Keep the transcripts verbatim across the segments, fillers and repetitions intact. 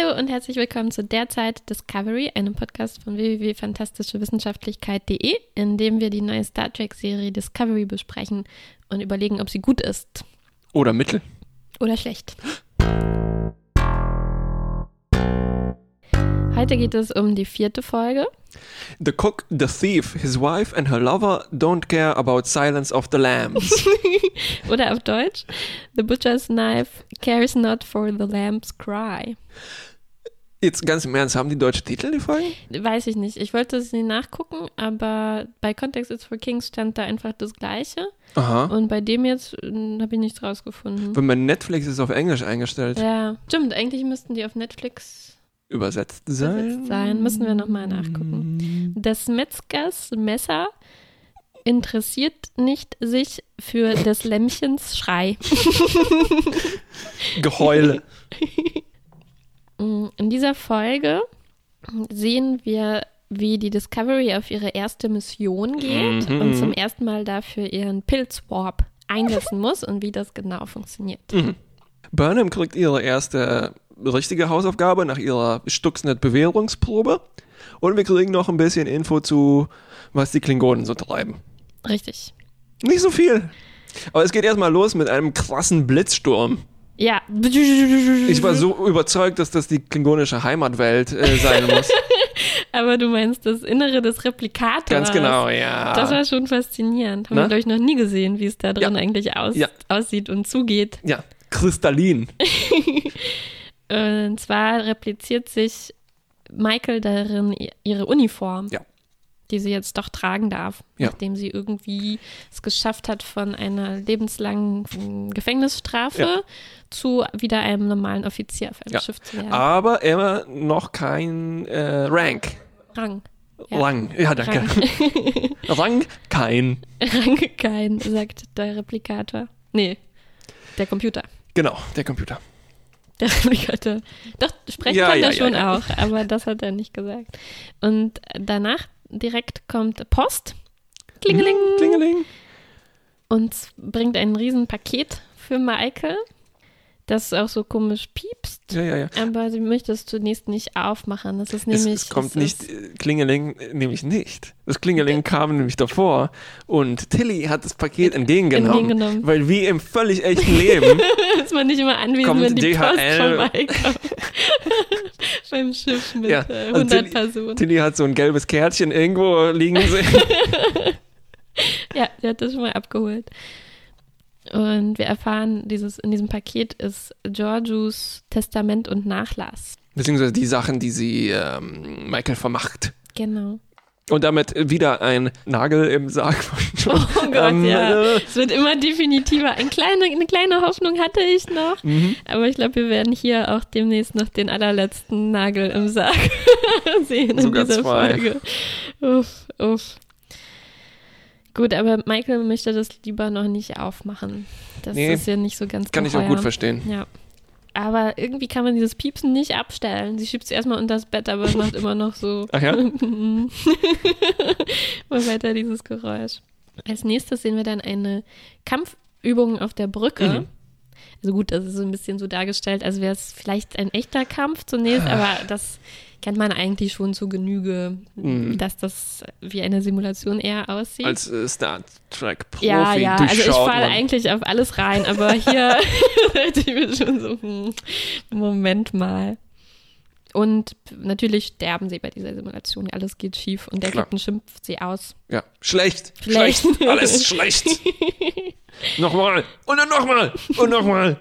Hallo und herzlich willkommen zu Derzeit Discovery, einem Podcast von w w w punkt fantastischewissenschaftlichkeit punkt de, in dem wir die neue Star Trek-Serie Discovery besprechen und überlegen, ob sie gut ist. Oder mittel. Oder schlecht. Heute geht es um die vierte Folge. The cook, the thief, his wife and her lover don't care about silence of the lambs. Oder auf Deutsch, The butcher's knife cares not for the lamb's cry. Jetzt ganz im Ernst, haben die deutsche Titel, die Folgen? Weiß ich nicht. Ich wollte sie nachgucken, aber bei Context is for Kings stand da einfach das Gleiche. Aha. Und bei dem jetzt äh, habe ich nichts rausgefunden. Wenn bei Netflix ist es auf Englisch eingestellt. Ja, stimmt. Eigentlich müssten die auf Netflix Übersetzt sein. übersetzt sein. Müssen wir nochmal nachgucken. Des Metzgers Messer interessiert nicht sich für des Lämmchens Schrei. Geheule. In dieser Folge sehen wir, wie die Discovery auf ihre erste Mission geht Mhm. und zum ersten Mal dafür ihren Pilzwarp einsetzen muss und wie das genau funktioniert. Mhm. Burnham kriegt ihre erste richtige Hausaufgabe nach ihrer Stuxnet-Bewährungsprobe und wir kriegen noch ein bisschen Info zu, was die Klingonen so treiben. Richtig. Nicht so viel. Aber es geht erstmal los mit einem krassen Blitzsturm. Ja. Ich war so überzeugt, dass das die klingonische Heimatwelt äh, sein muss. Aber du meinst das Innere des Replikators. Ganz genau, ja. Das war schon faszinierend. Haben Na? wir, glaube ich, noch nie gesehen, wie es da drin Ja. eigentlich aus, Ja. aussieht und zugeht. Ja, kristallin. Und zwar repliziert sich Michael darin ihre Uniform, Ja. die sie jetzt doch tragen darf, Ja. nachdem sie irgendwie es geschafft hat, von einer lebenslangen mm, Gefängnisstrafe Ja. zu wieder einem normalen Offizier auf einem Ja. Schiff zu werden. Aber immer noch kein äh, Rank. Rang. Ja. Rang. Ja, danke. Rang, kein. Rang kein, sagt der Replikator. Nee, der Computer. Genau, der Computer. Der Replikator. Doch, sprechen Ja, kann ja, er ja, schon ja. auch, aber das hat er nicht gesagt. Und danach direkt kommt Post. Klingeling. Mhm, Klingeling. Und bringt ein Riesenpaket für Michael, das auch so komisch piepst. Ja, ja, ja. Aber sie möchte es zunächst nicht aufmachen. Das ist Es, nämlich. es kommt es nicht, ist- äh, Klingeling, äh, nämlich nicht. Das Klingeling kam nämlich davor und Tilly hat das Paket entgegengenommen, entgegengenommen. weil wie im völlig echten Leben ist man nicht immer anwesend, kommt wenn die D H L. Post vorbeikommt. Beim Schiff mit Ja, äh, also hundert Tilly- Personen. Tilly hat so ein gelbes Kärtchen irgendwo liegen sehen. Ja, der hat das schon mal abgeholt. Und wir erfahren, dieses, in diesem Paket ist Georgious Testament und Nachlass. Beziehungsweise die Sachen, die sie ähm, Michael vermacht. Genau. Und damit wieder ein Nagel im Sarg von John. Oh Gott, Ähm, ja. äh, Es wird immer definitiver. Ein kleine, eine kleine Hoffnung hatte ich noch. Mhm. Aber ich glaube, wir werden hier auch demnächst noch den allerletzten Nagel im Sarg sehen Sogar in dieser zwei. Folge. Uff, uff. Gut, aber Michael möchte das lieber noch nicht aufmachen. Das Nee, ist ja nicht so ganz Kann ich auch geheuer. gut verstehen. Ja. Aber irgendwie kann man dieses Piepsen nicht abstellen. Sie schiebt es erstmal unter das Bett, aber es macht immer noch so Ach ja? mal weiter dieses Geräusch. Als nächstes sehen wir dann eine Kampfübung auf der Brücke. Mhm. Also gut, das ist so ein bisschen so dargestellt, als wäre es vielleicht ein echter Kampf zunächst, aber das kennt man eigentlich schon zur Genüge, Mhm. dass das wie eine Simulation eher aussieht. Als äh, Star Trek-Profi Ja, ja, also ich durchschaut falle man. eigentlich auf alles rein, aber hier dachte ich mir schon so, hm, Moment mal. Und natürlich sterben sie bei dieser Simulation, alles geht schief und der Klar. Captain schimpft sie aus. Ja, schlecht, Schlecht. schlecht, alles schlecht. Nochmal und dann nochmal und nochmal.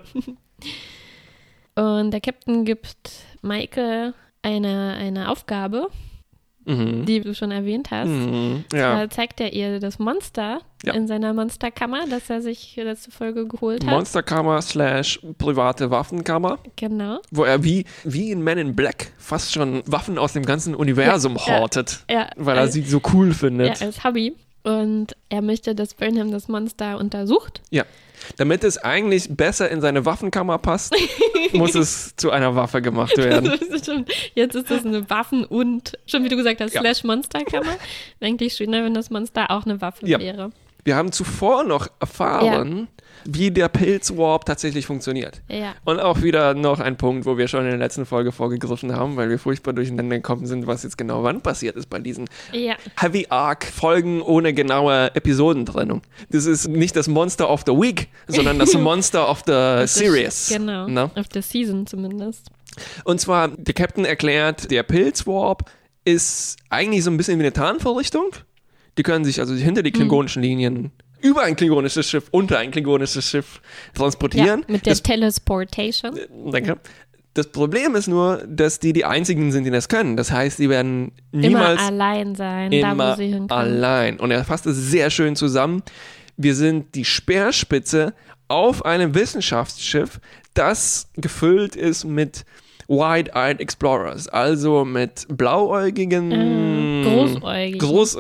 Und der Captain gibt Michael eine, eine Aufgabe, Mhm. die du schon erwähnt hast. Mhm. Ja, Da zeigt er ihr das Monster Ja. in seiner Monsterkammer, das er sich für letzte Folge geholt hat. Monsterkammer slash private Waffenkammer, Genau. wo er wie, wie in Men in Black fast schon Waffen aus dem ganzen Universum Ja, ja. hortet, Ja, weil er als- sie so cool ja, findet. als Hobby. Und er möchte, dass Burnham das Monster untersucht. Ja, damit es eigentlich besser in seine Waffenkammer passt, muss es zu einer Waffe gemacht werden. Das ist schon, jetzt ist das eine Waffen- und, schon wie du gesagt hast, Ja. slash Monsterkammer. Eigentlich schöner, wenn das Monster auch eine Waffe Ja. wäre. Wir haben zuvor noch erfahren, ja. wie der Pilzwarp tatsächlich funktioniert. Ja. Und auch wieder noch ein Punkt, wo wir schon in der letzten Folge vorgegriffen haben, weil wir furchtbar durcheinander gekommen sind, was jetzt genau wann passiert ist bei diesen ja. Heavy Arc Folgen ohne genaue Episodentrennung. Das ist nicht das Monster of the Week, sondern das Monster of the Series. Genau, Na? of the Season zumindest. Und zwar, der Captain erklärt, der Pilzwarp ist eigentlich so ein bisschen wie eine Tarnvorrichtung. Die können sich also hinter die klingonischen Linien über ein klingonisches Schiff, unter ein klingonisches Schiff transportieren. Ja, mit der das, Teleportation. Danke. Das Problem ist nur, dass die die einzigen sind, die das können. Das heißt, die werden niemals immer allein sein, immer da wo sie hinkommen. allein. Und er fasst es sehr schön zusammen. Wir sind die Speerspitze auf einem Wissenschaftsschiff, das gefüllt ist mit Wide-Eyed Explorers, also mit blauäugigen, äh, großäugigen. Groß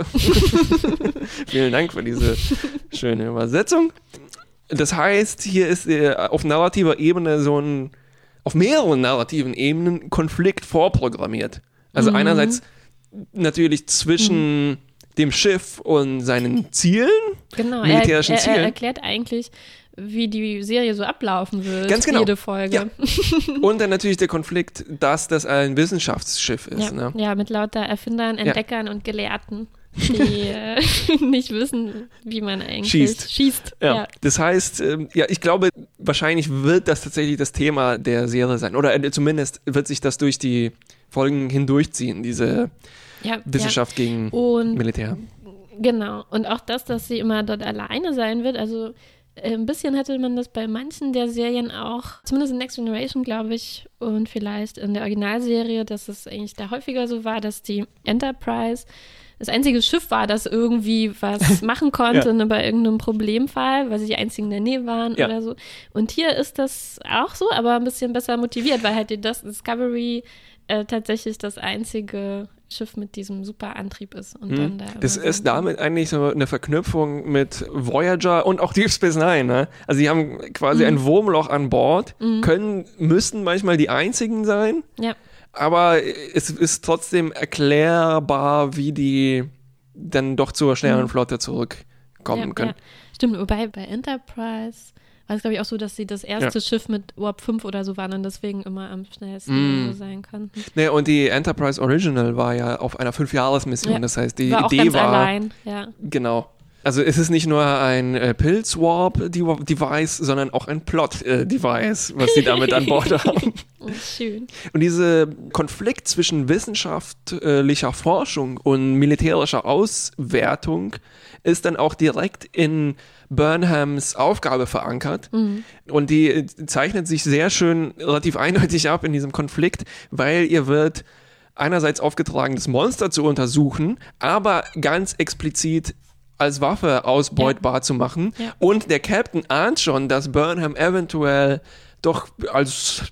Vielen Dank für diese schöne Übersetzung. Das heißt, hier ist äh, auf narrativer Ebene so ein, auf mehreren narrativen Ebenen Konflikt vorprogrammiert. Also mhm. einerseits natürlich zwischen mhm. dem Schiff und seinen Zielen, genau, militärischen er, er, Zielen. Er erklärt eigentlich, wie die Serie so ablaufen wird, Ganz genau. jede Folge. Ja. Und dann natürlich der Konflikt, dass das ein Wissenschaftsschiff ist. Ja, ne? ja mit lauter Erfindern, Entdeckern ja. und Gelehrten, die äh, nicht wissen, wie man eigentlich schießt. schießt. Ja. Ja. Das heißt, ähm, ja, ich glaube, wahrscheinlich wird das tatsächlich das Thema der Serie sein. Oder äh, zumindest wird sich das durch die Folgen hindurchziehen, diese ja, Wissenschaft ja. gegen und, Militär. Genau. Und auch das, dass sie immer dort alleine sein wird, also ein bisschen hatte man das bei manchen der Serien auch, zumindest in Next Generation, glaube ich, und vielleicht in der Originalserie, dass es eigentlich da häufiger so war, dass die Enterprise das einzige Schiff war, das irgendwie was machen konnte ja. ne, bei irgendeinem Problemfall, weil sie die einzigen in der Nähe waren ja. oder so. Und hier ist das auch so, aber ein bisschen besser motiviert, weil halt die Discovery äh, tatsächlich das einzige Schiff mit diesem super Antrieb ist. Und hm. dann da das ist damit eigentlich so eine Verknüpfung mit Voyager und auch Deep Space Nine. Ne? Also sie haben quasi mhm. ein Wurmloch an Bord, mhm. können, müssen manchmal die einzigen sein, ja. aber es ist trotzdem erklärbar, wie die dann doch zur Sternenflotte zurückkommen ja, können. Ja. Stimmt, wobei bei Enterprise war es, glaube ich, auch so, dass sie das erste ja. Schiff mit Warp fünf oder so waren und deswegen immer am schnellsten mm. sein konnten. Nee, und die Enterprise Original war ja auf einer Fünf-Jahres-Mission. Ja. Das heißt, die war auch Idee ganz war... allein, ja. Genau. Also es ist nicht nur ein äh, Pilz-Warp-Device, sondern auch ein Plot-Device, was sie damit an Bord haben. Schön. Und dieser Konflikt zwischen wissenschaftlicher Forschung und militärischer Auswertung ist dann auch direkt in Burnhams Aufgabe verankert. Mhm. Und die zeichnet sich sehr schön relativ eindeutig ab in diesem Konflikt, weil ihr wird einerseits aufgetragen, das Monster zu untersuchen, aber ganz explizit als Waffe ausbeutbar ja. zu machen. Ja. Und der Captain ahnt schon, dass Burnham eventuell doch als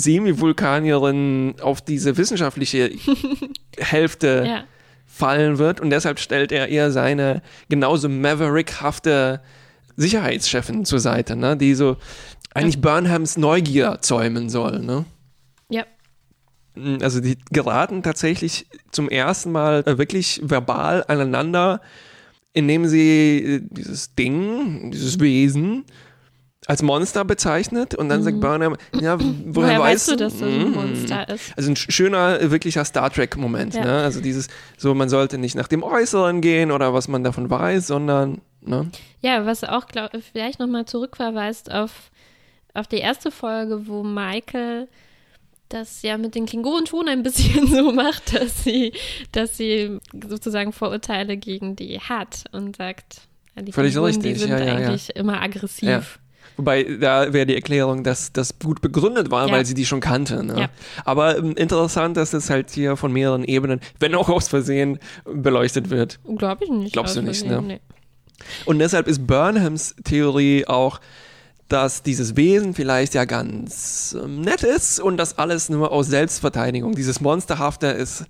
Semi-Vulkanierin auf diese wissenschaftliche Hälfte ja. fallen wird. Und deshalb stellt er ihr seine genauso Maverick-hafte Sicherheitschefin zur Seite, ne? Die so eigentlich ja. Burnhams Neugier zäumen soll. Ne? Ja. Also die geraten tatsächlich zum ersten Mal wirklich verbal aneinander, indem sie dieses Ding, dieses Wesen als Monster bezeichnet und dann mhm. sagt Burnham, ja, woher, woher weißt du, dass das ein Monster ist? Also ein schöner, wirklicher Star Trek-Moment. Ja. Ne? Also dieses, so man sollte nicht nach dem Äußeren gehen oder was man davon weiß, sondern, ne? Ja, was auch glaub, vielleicht nochmal zurückverweist auf, auf die erste Folge, wo Michael das ja mit den Klingonen schon ein bisschen so macht, dass sie, dass sie sozusagen Vorurteile gegen die hat und sagt, die Völlig Klingonen, richtig. die sind ja, ja, eigentlich ja. immer aggressiv. Ja. Wobei, da wäre die Erklärung, dass das gut begründet war, ja. weil sie die schon kannte. Ne? Ja. Aber ähm, interessant, dass das halt hier von mehreren Ebenen, wenn auch aus Versehen, beleuchtet wird. Glaube ich nicht. Glaubst du nicht, Versehen, ne? Nee. Und deshalb ist Burnhams Theorie auch, dass dieses Wesen vielleicht ja ganz ähm, nett ist und das alles nur aus Selbstverteidigung. Dieses Monsterhafte ist,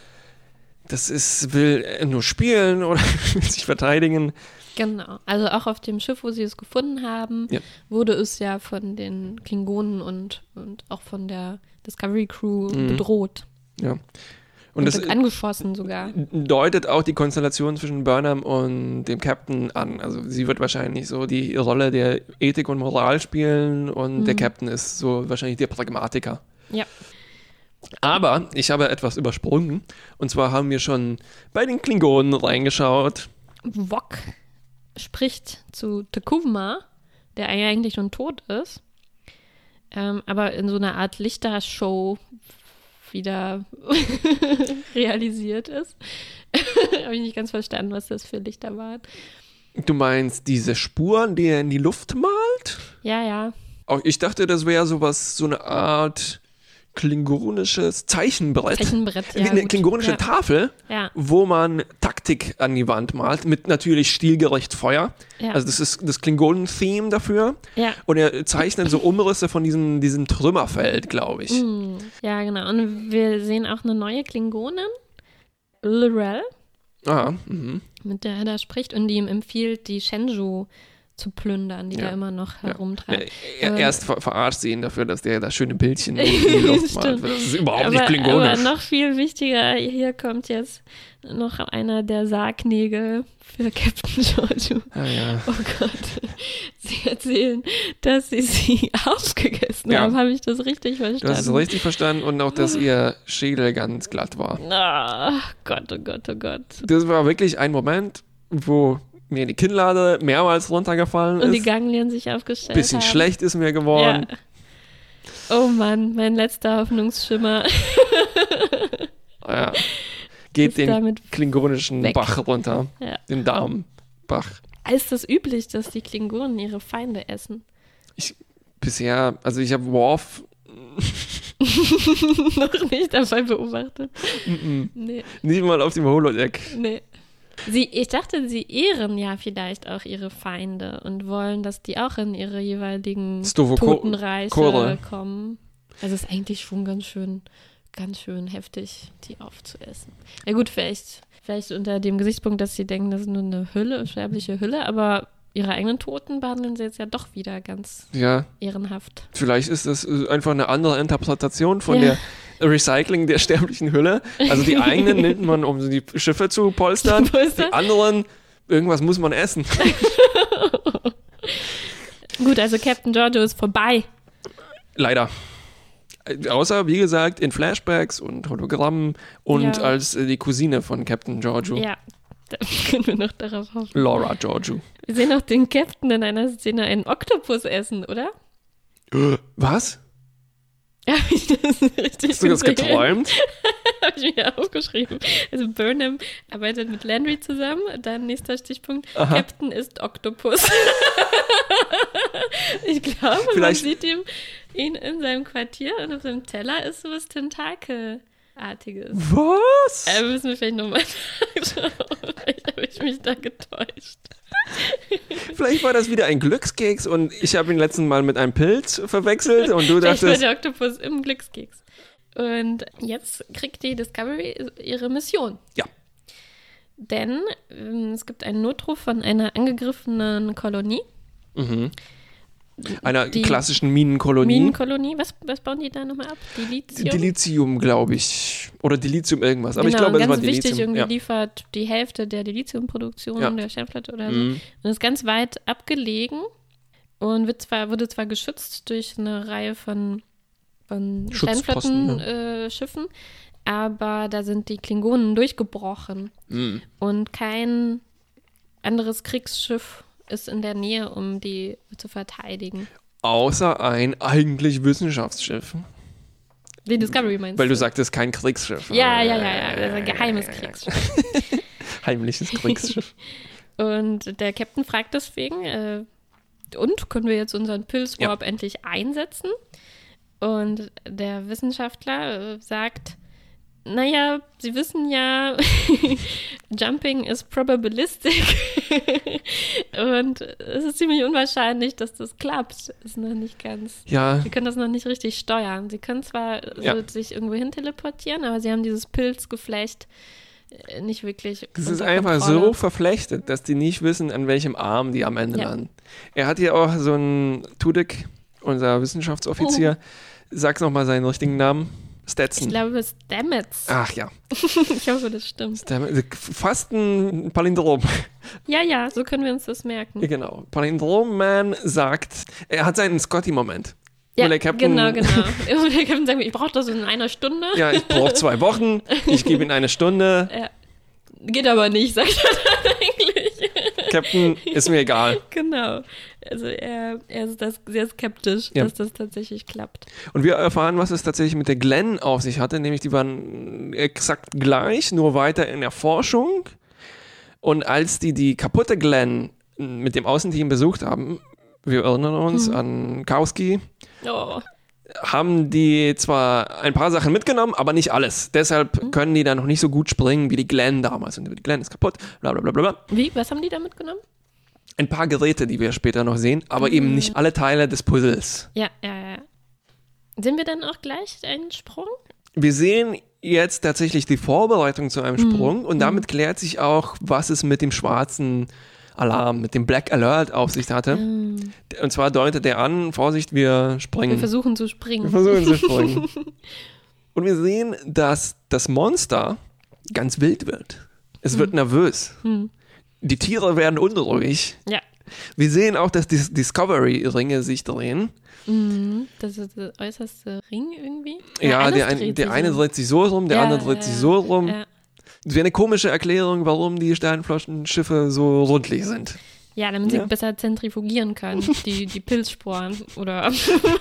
das ist, will nur spielen oder sich verteidigen. Genau, also auch auf dem Schiff, wo sie es gefunden haben, ja. wurde es ja von den Klingonen und, und auch von der Discovery Crew mhm. bedroht. Ja. Und, und das angeschossen sogar. Deutet auch die Konstellation zwischen Burnham und dem Captain an. Also sie wird wahrscheinlich so die Rolle der Ethik und Moral spielen und mhm. der Captain ist so wahrscheinlich der Pragmatiker. Ja. Aber ich habe etwas übersprungen. Und zwar haben wir schon bei den Klingonen reingeschaut. Wok spricht zu T'Kuvma, der eigentlich schon tot ist, ähm, aber in so einer Art Lichtershow wieder realisiert ist. Habe ich nicht ganz verstanden, was das für Lichter waren. Du meinst diese Spuren, die er in die Luft malt? Ja, ja. Auch ich dachte, das wäre sowas, so eine Art klingonisches Zeichenbrett. Zeichenbrett, ja. Wie eine gut. klingonische ja. Tafel, ja. wo man Taktik an die Wand malt, mit natürlich stilgerecht Feuer. Ja. Also das ist das Klingonen-Theme dafür. Ja. Und er zeichnet so Umrisse von diesem, diesem Trümmerfeld, glaube ich. Mm. Ja, genau. Und wir sehen auch eine neue Klingonin, L'Rell, Ah, mhm. mit der er da spricht und die ihm empfiehlt, die Shenzhou zu plündern, die Ja. da immer noch herumtreibt. Er, Aber- erst ver verarscht sie ihn dafür, dass der da schöne Bildchen in die Luft malt. Stimmt. Das ist überhaupt aber, nicht klingonisch. aber noch viel wichtiger, hier kommt jetzt noch einer der Sargnägel für Captain Giorgio. Ah, ja. Oh Gott. Sie erzählen, dass sie sie aufgegessen Ja. haben. Habe ich das richtig Du verstanden? hast es richtig verstanden und auch, dass ihr Schädel ganz glatt war. Oh Gott, oh Gott, oh Gott. Das war wirklich ein Moment, wo mir die Kinnlade mehrmals runtergefallen Und die ist. Ganglien sich aufgestellt Bisschen haben. schlecht ist mir geworden. Ja. Oh Mann, mein letzter Hoffnungsschimmer. Ja. Geht Ist den damit klingonischen weg. Bach runter. Ja. Den Darmbach. Ist das üblich, dass die Klingonen ihre Feinde essen? Ich bisher, also ich habe Worf Noch nicht dabei beobachtet. mm-mm, Nee, nicht mal auf dem Holodeck. nee. Sie, ich dachte, sie ehren ja vielleicht auch ihre Feinde und wollen, dass die auch in ihre jeweiligen Stovoko- Totenreiche Kore. kommen. Also es ist eigentlich schon ganz schön, ganz schön heftig, die aufzuessen. Ja gut, vielleicht, vielleicht unter dem Gesichtspunkt, dass sie denken, das ist nur eine Hülle, eine sterbliche Hülle, aber ihre eigenen Toten behandeln sie jetzt ja doch wieder ganz Ja, ehrenhaft. vielleicht ist das äh, einfach eine andere Interpretation von Ja. der Recycling der sterblichen Hülle. Also die eigenen nimmt man, um die Schiffe zu polstern. Polstern. Die anderen, irgendwas muss man essen. Gut, also Captain Giorgio ist vorbei. Leider. Äh, Außer, wie gesagt, in Flashbacks und Hologrammen und Ja. als äh, die Cousine von Captain Giorgio. Ja, da können wir noch darauf hoffen. Laura Giorgio. Wir sehen auch den Captain in einer Szene einen Oktopus essen, oder? Was? Habe ich das richtig Hast du das gesehen? geträumt? Habe ich mir aufgeschrieben. Also Burnham arbeitet mit Landry zusammen. Dann nächster Stichpunkt. Aha. Captain ist Oktopus. Ich glaube, man Vielleicht- sieht ihm, ihn in seinem Quartier und auf seinem Teller ist sowas Tentakelartiges. Was? Äh, müssen wir vielleicht nochmal nachschauen. Vielleicht habe ich mich da getäuscht. Vielleicht war das wieder ein Glückskeks und ich habe ihn letzten Mal mit einem Pilz verwechselt und du Vielleicht war dachtest, der Oktopus im Glückskeks. Und jetzt kriegt die Discovery ihre Mission. Ja. Denn ähm, es gibt einen Notruf von einer angegriffenen Kolonie. mhm. einer Die klassischen Minenkolonie. Minenkolonie. Was, was bauen die da nochmal ab? Dilithium? Dilithium, glaube ich. Oder Dilithium irgendwas. Aber genau, ich glaube, und es war ganz wichtig, Dilithium. irgendwie Ja. liefert die Hälfte der Dilithiumproduktion Ja. der Sternflotte oder so. Mhm. Und ist ganz weit abgelegen und wird zwar, wurde zwar geschützt durch eine Reihe von, von Schutzposten, Sternflottenschiffen, äh, Schiffen, aber da sind die Klingonen durchgebrochen Mhm. und kein anderes Kriegsschiff ist in der Nähe, um die zu verteidigen. Außer ein eigentlich Wissenschaftsschiff. Die Discovery meinst Weil du? du sagtest, kein Kriegsschiff. Ja, ja, ja, ja, also ein geheimes Kriegsschiff. Heimliches Kriegsschiff. Und der Captain fragt deswegen, äh, und können wir jetzt unseren Pilzwarp endlich einsetzen? Und der Wissenschaftler äh, sagt, naja, Sie wissen ja, Jumping is probabilistic. Und es ist ziemlich unwahrscheinlich, dass das klappt. Ist noch nicht ganz. Ja, Sie können das noch nicht richtig steuern. Sie können zwar Ja. so sich irgendwo hin teleportieren, aber sie haben dieses Pilzgeflecht äh, nicht wirklich. das ist unter einfach Kontrolle. so verflechtet, dass die nicht wissen, an welchem Arm die am Ende Ja. landen. Er hat hier auch so einen Tudek, unser Wissenschaftsoffizier. Oh. Sag's nochmal seinen richtigen Namen. Stetson. Ich glaube, Stamets. Ach ja. Ich hoffe, das stimmt. Stamets. Fast ein Palindrom. Ja, ja, so können wir uns das merken. Genau. Palindrom-Man sagt, er hat seinen Scotty-Moment. Ja, der Captain, genau, genau. Und der Captain sagt, ich brauche das in einer Stunde. Ja, ich brauche zwei Wochen, ich gebe ihm eine Stunde. Ja. Geht aber nicht, sagt er dann eigentlich. Captain, ist mir egal. Genau. Also er, er ist das sehr skeptisch, ja. dass das tatsächlich klappt. Und wir erfahren, was es tatsächlich mit der Glenn auf sich hatte, nämlich die waren exakt gleich, nur weiter in der Forschung. Und als die die kaputte Glenn mit dem Außenteam besucht haben, wir erinnern uns hm. an Kowski, oh. haben die zwar ein paar Sachen mitgenommen, aber nicht alles. Deshalb hm. können die da noch nicht so gut springen wie die Glenn damals. Und die Glenn ist kaputt, bla bla bla bla. Wie? Was haben die da mitgenommen? Ein paar Geräte, die wir später noch sehen, aber mhm. eben nicht alle Teile des Puzzles. Ja, ja, ja. Sehen wir dann auch gleich einen Sprung? Wir sehen jetzt tatsächlich die Vorbereitung zu einem Sprung mhm. und damit klärt sich auch, was es mit dem schwarzen Alarm, mit dem Black Alert auf sich hatte. Mhm. Und zwar deutet er an, Vorsicht, wir springen. Wir versuchen zu springen. Wir versuchen zu springen. Und wir sehen, dass das Monster ganz wild wird. Es mhm. wird nervös. Mhm. Die Tiere werden unruhig. Ja. Wir sehen auch, dass die Discovery-Ringe sich drehen. Mhm. Das ist der äußerste Ring irgendwie. Ja, ja der, ein, der eine dreht sich so rum, der ja, andere dreht ja, sich so rum. Ja. Das wäre eine komische Erklärung, warum die Sternflottenschiffe so rundlich sind. Ja, damit sie ja. besser zentrifugieren können, die, die Pilzsporen. Oder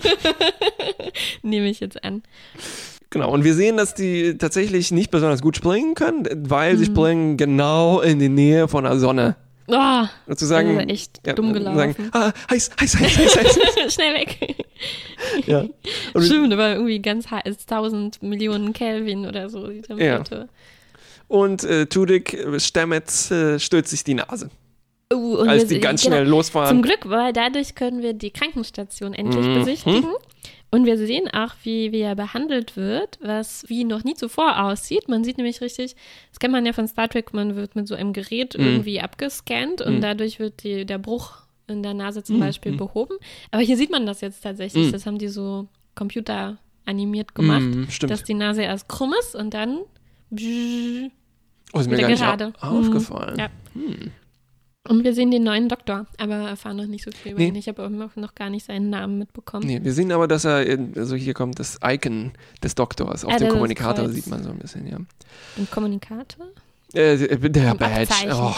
nehme ich jetzt an. Genau, und wir sehen, dass die tatsächlich nicht besonders gut springen können, weil mhm. sie springen genau in die Nähe von der Sonne. Oh, sozusagen, das ist echt ja, dumm gelaufen. Sagen, ah, heiß, heiß, heiß, heiß, heiß. Schnell weg. Ja. Und stimmt, aber irgendwie ganz heiß, tausend Millionen Kelvin oder so die Temperatur. Ja. Und äh, Tudyk, Stamets, äh, stürzt sich die Nase. Uh, und als wir, die ganz genau, schnell losfahren. Zum Glück, weil dadurch können wir die Krankenstation endlich mhm. besichtigen. Und wir sehen auch, wie, wie er behandelt wird, was wie noch nie zuvor aussieht. Man sieht nämlich richtig, das kennt man ja von Star Trek, man wird mit so einem Gerät mm. irgendwie abgescannt und mm. dadurch wird die, der Bruch in der Nase zum mm. Beispiel mm. behoben. Aber hier sieht man das jetzt tatsächlich. Mm. Das haben die so computeranimiert gemacht, mm, dass die Nase erst krumm ist und dann bzz, oh, ist mir wieder gar gerade. nicht aufgefallen. Mm. Ja. Hm. Und wir sehen den neuen Doktor, aber erfahren noch nicht so viel über nee. ihn. Ich habe auch noch, noch gar nicht seinen Namen mitbekommen. Nee, wir sehen aber, dass er, in, also hier kommt das Icon des Doktors. Auf ja, dem Kommunikator sieht man so ein bisschen, ja. Ein Kommunikator? Äh, der ein Badge. Oh.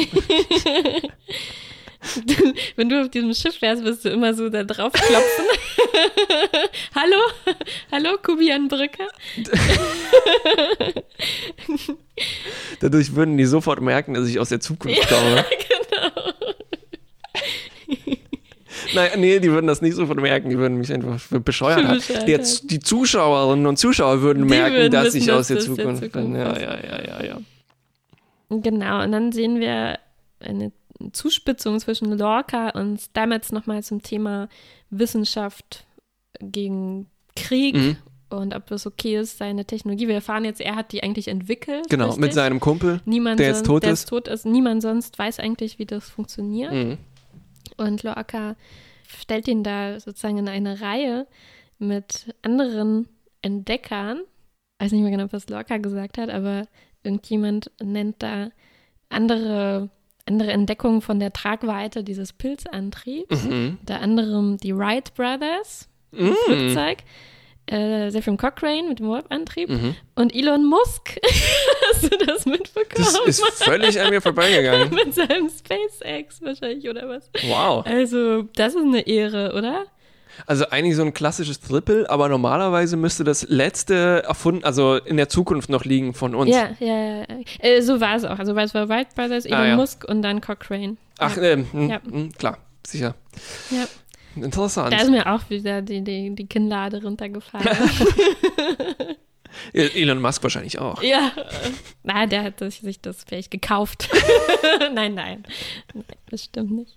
Du, wenn du auf diesem Schiff wärst, wirst du immer so da drauf klopfen. Hallo? Hallo, Kubian Brücke? Dadurch würden die sofort merken, dass ich aus der Zukunft komme. Ja, genau. Nein, nee, die würden das nicht sofort merken, die würden mich einfach für bescheuert halten. Die, die Zuschauerinnen und Zuschauer würden die merken, würden dass wissen, ich aus der Zukunft, der Zukunft bin. Ja, ja, ja, ja, ja. Genau, und dann sehen wir eine Zuspitzung zwischen Lorca und Stamets nochmal zum Thema Wissenschaft gegen Krieg mhm. und ob es okay ist, seine Technologie. Wir erfahren jetzt, er hat die eigentlich entwickelt. Genau, richtig? mit seinem Kumpel, Niemand der jetzt tot der ist. tot ist. Niemand sonst weiß eigentlich, wie das funktioniert. Mhm. Und Lorca stellt ihn da sozusagen in eine Reihe mit anderen Entdeckern. Ich weiß nicht mehr genau, was Lorca gesagt hat, aber irgendjemand nennt da andere andere Entdeckungen von der Tragweite dieses Pilzantriebs. Mhm. Unter anderem die Wright Brothers, mhm. Flugzeug, äh, Zephyr Cochrane mit dem Warp-Antrieb mhm. und Elon Musk. Hast du das mitbekommen? Das ist völlig an mir vorbeigegangen. Mit seinem SpaceX wahrscheinlich, oder was? Wow. Also, das ist eine Ehre, oder? Also eigentlich so ein klassisches Triple, aber normalerweise müsste das letzte erfunden, also in der Zukunft noch liegen von uns. Ja, ja, ja. Äh, so war es auch. Also es war Wright Brothers, Elon ah, ja. Musk und dann Cochrane. Ach, ja. ähm, mh, ja. mh, klar, sicher. Ja. Interessant. Da ist mir auch wieder die, die, die Kinnlade runtergefallen. Elon Musk wahrscheinlich auch. Ja, na, der hat sich das vielleicht gekauft. nein, nein, nein, das stimmt nicht.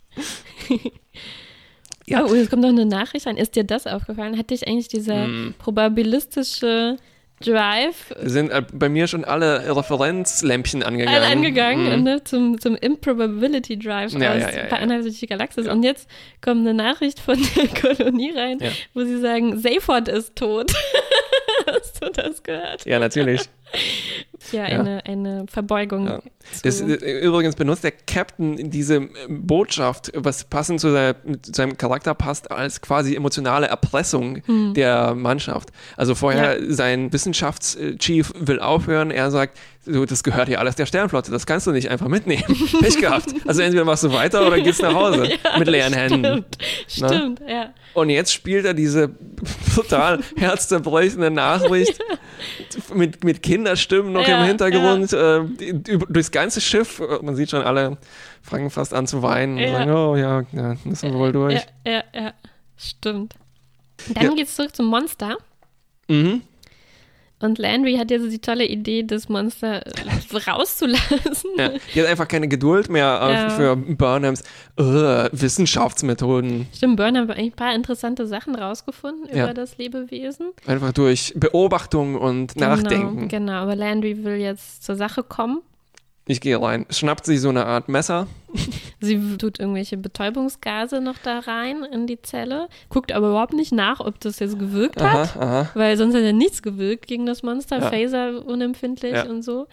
Ja. Oh, jetzt kommt noch eine Nachricht rein. Ist dir das aufgefallen? Hat dich eigentlich dieser mm. probabilistische Drive sind äh, bei mir schon alle Referenzlämpchen angegangen. Alle angegangen, mm. ne? Zum, zum Improbability Drive ja, aus ja, ja, Partner durch die Galaxis. Ja. Und jetzt kommt eine Nachricht von der Kolonie rein, ja. wo sie sagen, Seyfort ist tot. Hast du das gehört? Ja, natürlich. Ja, eine, ja. eine Verbeugung. Ja. Das, übrigens benutzt der Captain diese Botschaft, was passend zu, seiner, zu seinem Charakter passt, als quasi emotionale Erpressung hm. der Mannschaft. Also vorher ja. sein Wissenschaftschief will aufhören, er sagt, so, das gehört hier alles der Sternflotte, das kannst du nicht einfach mitnehmen. Pech gehabt. Also entweder machst du weiter oder gehst nach Hause ja, mit leeren stimmt. Händen. Stimmt, Na? ja. Und jetzt spielt er diese total herzzerbrechende Nachricht ja. mit, mit Kinderstimmen noch ja, im Hintergrund ja. äh, durchs ganze Schiff. Man sieht schon, alle fangen fast an zu weinen ja. und sagen, oh ja, ja müssen wir wohl durch. Ja, ja, ja. Stimmt. Dann ja. geht's zurück zum Monster. Mhm. Und Landry hat jetzt die tolle Idee, das Monster rauszulassen. Ja, die hat einfach keine Geduld mehr ja. für Burnhams uh, Wissenschaftsmethoden. Stimmt, Burnham hat eigentlich ein paar interessante Sachen rausgefunden ja. über das Lebewesen. Einfach durch Beobachtung und genau, Nachdenken. Genau, aber Landry will jetzt zur Sache kommen. Ich gehe rein. Schnappt sich so eine Art Messer. Sie tut irgendwelche Betäubungsgase noch da rein in die Zelle, guckt aber überhaupt nicht nach, ob das jetzt gewirkt hat, aha, aha. weil sonst hat ja nichts gewirkt gegen das Monster, ja. Phaser unempfindlich ja. und so.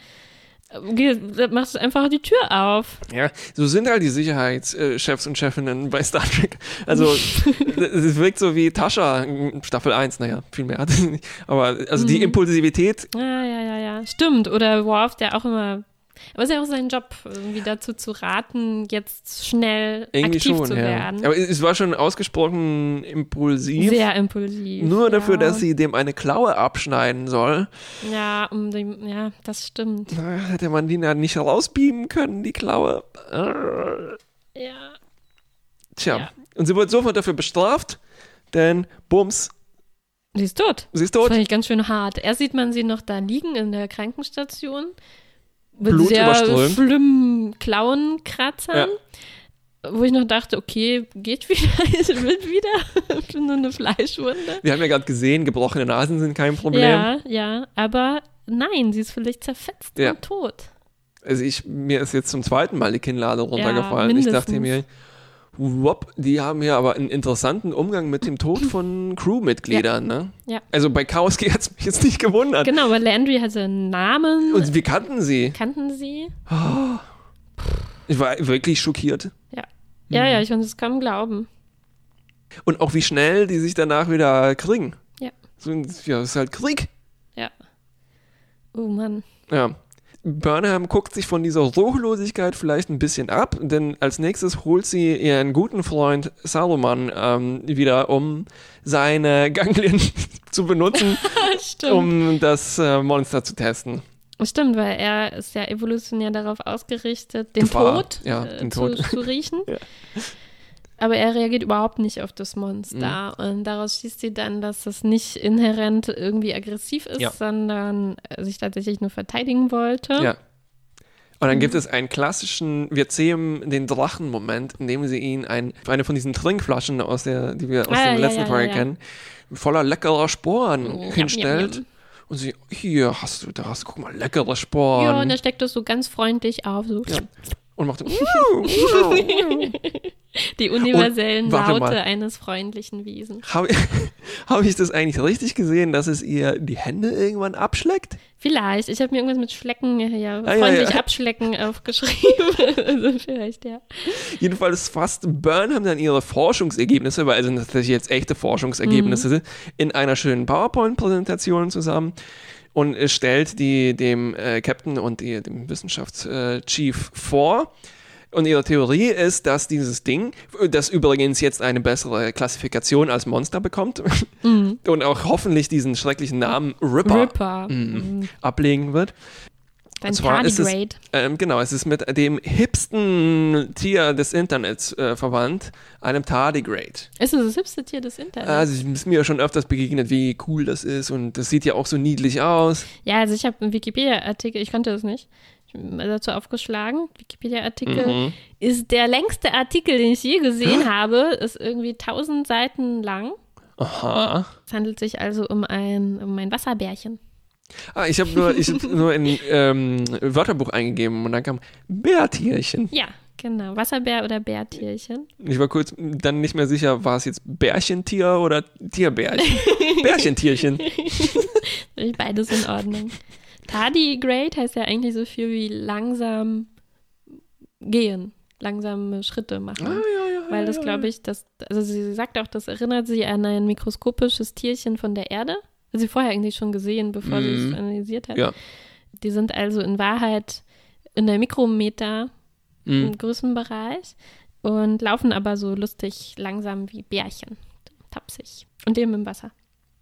Machst einfach die Tür auf. Ja, so sind halt die Sicherheitschefs und Chefinnen bei Star Trek. Also es wirkt so wie Tascha, Staffel eins, naja, viel mehr hat es nicht. Aber also die Impulsivität. Ja, ja, ja, ja, stimmt. Oder Worf, der auch immer aber es ist ja auch sein Job, irgendwie dazu zu raten, jetzt schnell irgendwie aktiv schon, zu ja. werden. Aber es war schon ausgesprochen impulsiv. Sehr impulsiv. Nur ja. dafür, dass sie dem eine Klaue abschneiden soll. Ja, um den, ja, das stimmt. Na, hätte man die ja nicht rausbeamen können, die Klaue. Ja. Tja, ja. und sie wurde sofort dafür bestraft, denn Bums. Sie ist tot. Sie ist tot. Das fand ich ganz schön hart. Erst sieht man sie noch da liegen in der Krankenstation. Mit Blut sehr überströmt. schlimmen Klauenkratzern, ja. wo ich noch dachte, okay, geht wieder, es wird wieder nur eine Fleischwunde. Wir haben ja gerade gesehen, gebrochene Nasen sind kein Problem. Ja, ja, aber nein, sie ist völlig zerfetzt ja. und tot. Also ich, mir ist jetzt zum zweiten Mal die Kinnlade runtergefallen. Ja, ich dachte mir, whoop, die haben hier aber einen interessanten Umgang mit dem Tod von Crewmitgliedern, ja. ne? Ja. Also bei Chaos hat es mich jetzt nicht gewundert. Genau, weil Landry hatte einen Namen. Und wir kannten sie. Kannten sie. Oh. Ich war wirklich schockiert. Ja, ja, ja, ich konnte es kaum glauben. Und auch wie schnell die sich danach wieder kriegen. Ja. So, ja, das ist halt Krieg. Ja. Oh Mann. Ja. Burnham guckt sich von dieser Ruchlosigkeit vielleicht ein bisschen ab, denn als nächstes holt sie ihren guten Freund Saruman ähm, wieder, um seine Ganglien zu benutzen, um das äh, Monster zu testen. Stimmt, weil er ist ja evolutionär darauf ausgerichtet, den Gefahr. Tod, ja, äh, den zu, Tod. zu riechen. Ja. Aber er reagiert überhaupt nicht auf das Monster. Mhm. Und daraus schließt sie dann, dass das nicht inhärent irgendwie aggressiv ist, ja. sondern sich tatsächlich nur verteidigen wollte. Ja. Und dann mhm. gibt es einen klassischen, wir zähmen den Drachen-Moment, in dem sie ihn ein, eine von diesen Trinkflaschen, aus der, die wir aus ah, dem ja, letzten ja, Folge ja, ja. kennen, voller leckerer Sporen mhm. hinstellt. Ja, ja, ja. Und sie, hier hast du das, guck mal, leckere Sporen. Ja, und er steckt das so ganz freundlich auf. So. Ja. Und macht die universellen und, Laute mal. eines freundlichen Wesens. Habe hab ich das eigentlich richtig gesehen, dass es ihr die Hände irgendwann abschleckt? Vielleicht. Ich habe mir irgendwas mit Schlecken, ja, ah, freundlich ja, ja. abschlecken aufgeschrieben. Also vielleicht, ja. Jedenfalls fasst Burnham dann ihre Forschungsergebnisse, weil also tatsächlich jetzt echte Forschungsergebnisse mhm. in einer schönen PowerPoint-Präsentation zusammen. Und stellt die dem äh, Captain und die, dem Wissenschaftschief vor. Und ihre Theorie ist, dass dieses Ding, das übrigens jetzt eine bessere Klassifikation als Monster bekommt mhm. und auch hoffentlich diesen schrecklichen Namen Ripper, Ripper. Mhm. ablegen wird. Ein Tardigrade. Ähm, genau, es ist mit dem hipsten Tier des Internets äh, verwandt, einem Tardigrade. Ist es das hipste Tier des Internets? Also es ist mir schon öfters begegnet, wie cool das ist und das sieht ja auch so niedlich aus. Ja, also ich habe einen Wikipedia-Artikel, ich kannte das nicht, ich habe dazu aufgeschlagen. Wikipedia-Artikel mhm. ist der längste Artikel, den ich je gesehen habe, ist irgendwie tausend Seiten lang. Aha. Es handelt sich also um ein, um ein Wasserbärchen. Ah, ich habe nur, ich hab nur ein ähm, Wörterbuch eingegeben und dann kam Bärtierchen. Ja, Genau, Wasserbär oder Bärtierchen. Ich war kurz dann nicht mehr sicher, war es jetzt Bärchentier oder Tierbärchen? Bärchentierchen. Beides in Ordnung. Tardigrade heißt ja eigentlich so viel wie langsam gehen, langsame Schritte machen. Ah, ja, ja, Weil das, ja, glaube ich, das, also sie sagt auch, das erinnert sie an ein mikroskopisches Tierchen von der Erde. Also sie vorher eigentlich schon gesehen, bevor Mhm. sie es analysiert hat. Ja. Die sind also in Wahrheit in der Mikrometer Mhm. im Größenbereich und laufen aber so lustig langsam wie Bärchen. Tapsig. Und eben im Wasser.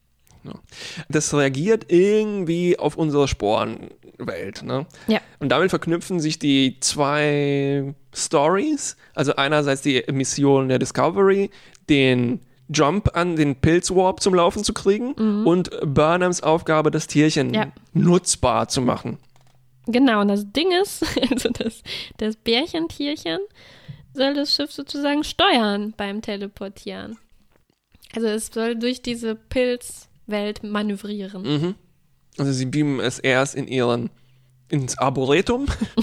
Das reagiert irgendwie auf unsere Sporenwelt. Ne? Ja. Und damit verknüpfen sich die zwei Stories. Also einerseits die Mission der Discovery, den Jump an den Pilzwarp zum Laufen zu kriegen Mhm. und Burnhams Aufgabe, das Tierchen Ja. nutzbar zu machen. Genau, und das Ding ist, also das, das Bärchentierchen soll das Schiff sozusagen steuern beim Teleportieren. Also es soll durch diese Pilzwelt manövrieren. Mhm. Also sie beamen es erst in ihren, ins Arboretum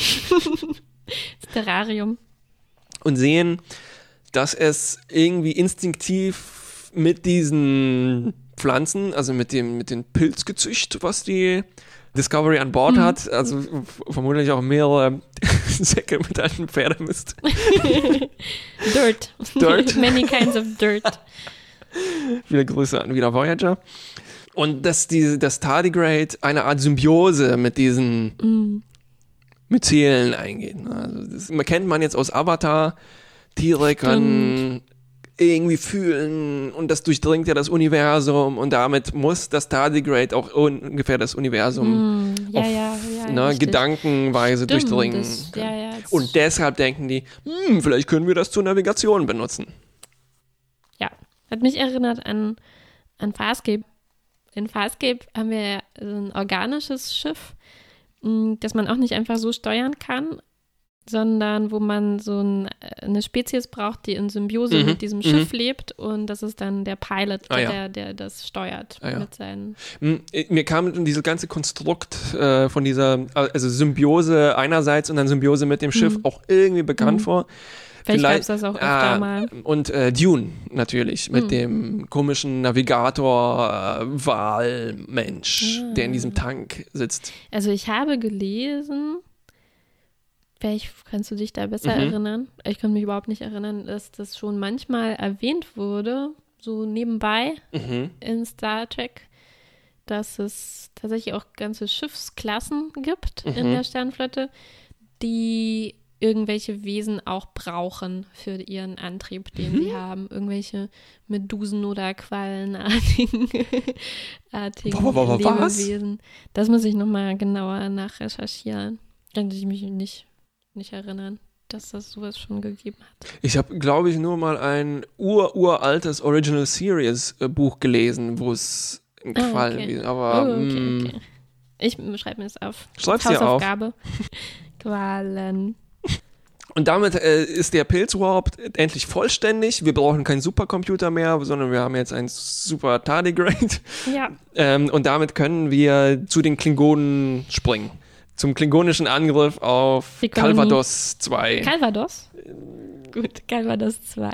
Das Terrarium. und sehen, dass es irgendwie instinktiv mit diesen Pflanzen, also mit dem mit dem Pilzgezücht, was die Discovery an Bord Mhm. hat, also f- vermutlich auch mehrere Säcke mit einem Pferdemist. Dirt. Dirt. Many kinds of dirt. Viele Grüße an wieder Voyager. Und dass die, das Tardigrade eine Art Symbiose mit diesen Mhm. Myzelen eingeht. ne? Also das man kennt man jetzt aus Avatar. Tiere können irgendwie fühlen und das durchdringt ja das Universum und damit muss das Tardigrade auch ungefähr das Universum Mhm. Ja, auf ja, ja. ne, richtig. gedankenweise Stimmt, durchdringen. das- ja, ja, das- und deshalb denken die, hm, vielleicht können wir das zur Navigation benutzen. Ja, hat mich erinnert an, an Farscape. In Farscape haben wir ja so ein organisches Schiff, mh, das man auch nicht einfach so steuern kann, sondern wo man so ein, eine Spezies braucht, die in Symbiose Mhm, mit diesem mhm. Schiff lebt und das ist dann der Pilot, Ah, ja. der, der das steuert Ah, ja. mit seinen. Hm, Mir kam dieses ganze Konstrukt äh, von dieser, also Symbiose einerseits und dann Symbiose mit dem Schiff Mhm. auch irgendwie bekannt Mhm. vor. Vielleicht gab Vielleicht- es das auch öfter Ah, mal. Und äh, Dune natürlich mit Mhm. dem komischen Navigator äh, Walmensch, Ah. der in diesem Tank sitzt. Also ich habe gelesen, vielleicht kannst du dich da besser Mhm. erinnern, ich kann mich überhaupt nicht erinnern, dass das schon manchmal erwähnt wurde, so nebenbei Mhm. in Star Trek, dass es tatsächlich auch ganze Schiffsklassen gibt in Mhm. der Sternflotte, die irgendwelche Wesen auch brauchen für ihren Antrieb, den Mhm. sie haben. Irgendwelche Medusen oder Quallenartigen artigen Wa- wa- wa- was? Lebewesen. Das muss ich nochmal genauer nachrecherchieren. Kann ich mich nicht, nicht erinnern, dass das sowas schon gegeben hat. Ich habe, glaube ich, nur mal ein ur-uraltes Original Series äh, Buch gelesen, wo es in Ah, Quallen okay. geht. Aber oh, okay, mh, okay. Ich schreibe mir das auf. Schreib's dir auf. Hausaufgabe. Qualen. Und damit äh, ist der Pilzwarp endlich vollständig. Wir brauchen keinen Supercomputer mehr, sondern wir haben jetzt ein super Tardigrade. Ja. Ähm, und damit können wir zu den Klingonen springen. Zum klingonischen Angriff auf Die Kolonie. Calvados zwei. Calvados? Gut, Calvados zwei.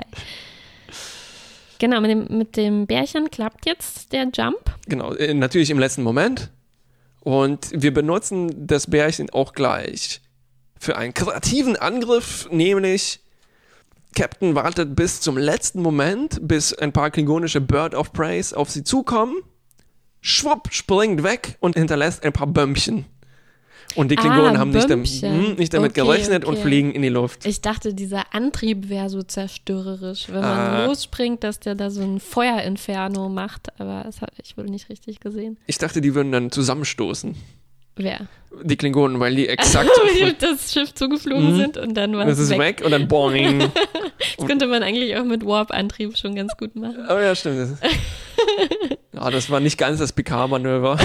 Genau, mit dem, mit dem Bärchen klappt jetzt der Jump. Genau, äh, natürlich im letzten Moment. Und wir benutzen das Bärchen auch gleich für einen kreativen Angriff, nämlich Captain wartet bis zum letzten Moment, bis ein paar klingonische Bird of Prey auf sie zukommen, schwupp, springt weg und hinterlässt ein paar Bömmchen. Und die Klingonen Ah, haben nicht, dam- Bömmchen. hm, nicht damit Okay, gerechnet und okay. fliegen in die Luft. Ich dachte, dieser Antrieb wäre so zerstörerisch, wenn man Ah. losspringt, dass der da so ein Feuerinferno macht. Aber das habe ich wohl nicht richtig gesehen. Ich dachte, die würden dann zusammenstoßen, Wer? die Klingonen, weil die exakt... Wie die das Schiff zugeflogen Mhm. sind und dann war das es ist weg. weg und dann boing. Das könnte man eigentlich auch mit Warp-Antrieb schon ganz gut machen. Oh ja, stimmt. Das, ja, das war nicht ganz das Picard-Manöver.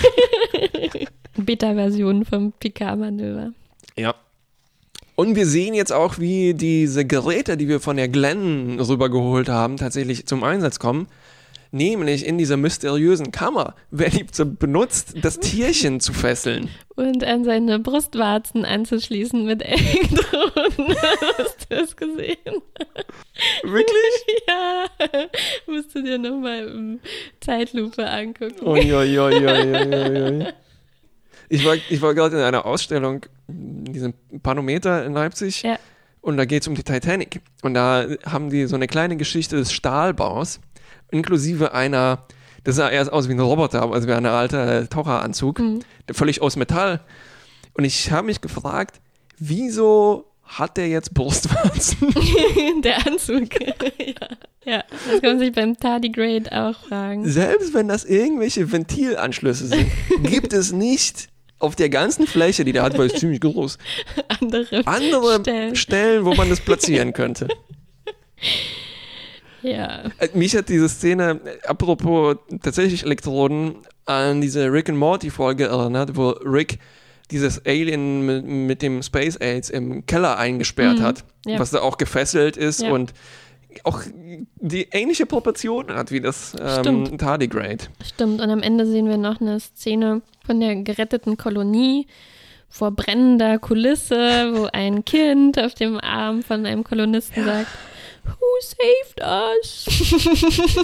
Beta-Version vom Picard-Manöver. Ja. Und wir sehen jetzt auch, wie diese Geräte, die wir von der Glenn rübergeholt haben, tatsächlich zum Einsatz kommen. Nämlich in dieser mysteriösen Kammer werden die so benutzt, das Tierchen zu fesseln. Und an seine Brustwarzen anzuschließen mit Elektroden. Hast du das gesehen? Wirklich? Ja. Musst du dir nochmal im Zeitlupe angucken. Ui, ui, ui, ui, ui. Ich war, ich war gerade in einer Ausstellung, in diesem Panometer in Leipzig. Ja. Und da geht es um die Titanic. Und da haben die so eine kleine Geschichte des Stahlbaus, inklusive einer, das sah erst aus wie ein Roboter, also wie ein alter Taucheranzug, mhm. völlig aus Metall. Und ich habe mich gefragt, wieso hat der jetzt Brustwarzen? Der Anzug. ja. ja, das kann man sich beim Tardigrade auch fragen. Selbst wenn das irgendwelche Ventilanschlüsse sind, gibt es nicht auf der ganzen Fläche, die der hat, weil es ziemlich groß, andere, andere Stellen. Stellen, wo man das platzieren könnte. Ja. Mich hat diese Szene, apropos tatsächlich Elektroden, an diese Rick and Morty Folge erinnert, wo Rick dieses Alien mit, mit dem Space AIDS im Keller eingesperrt mhm. hat, ja. was da auch gefesselt ist ja. und auch die ähnliche Proportionen hat wie das ähm, Tardigrade. Stimmt, und am Ende sehen wir noch eine Szene von der geretteten Kolonie vor brennender Kulisse, wo ein Kind auf dem Arm von einem Kolonisten ja. sagt, Who saved us?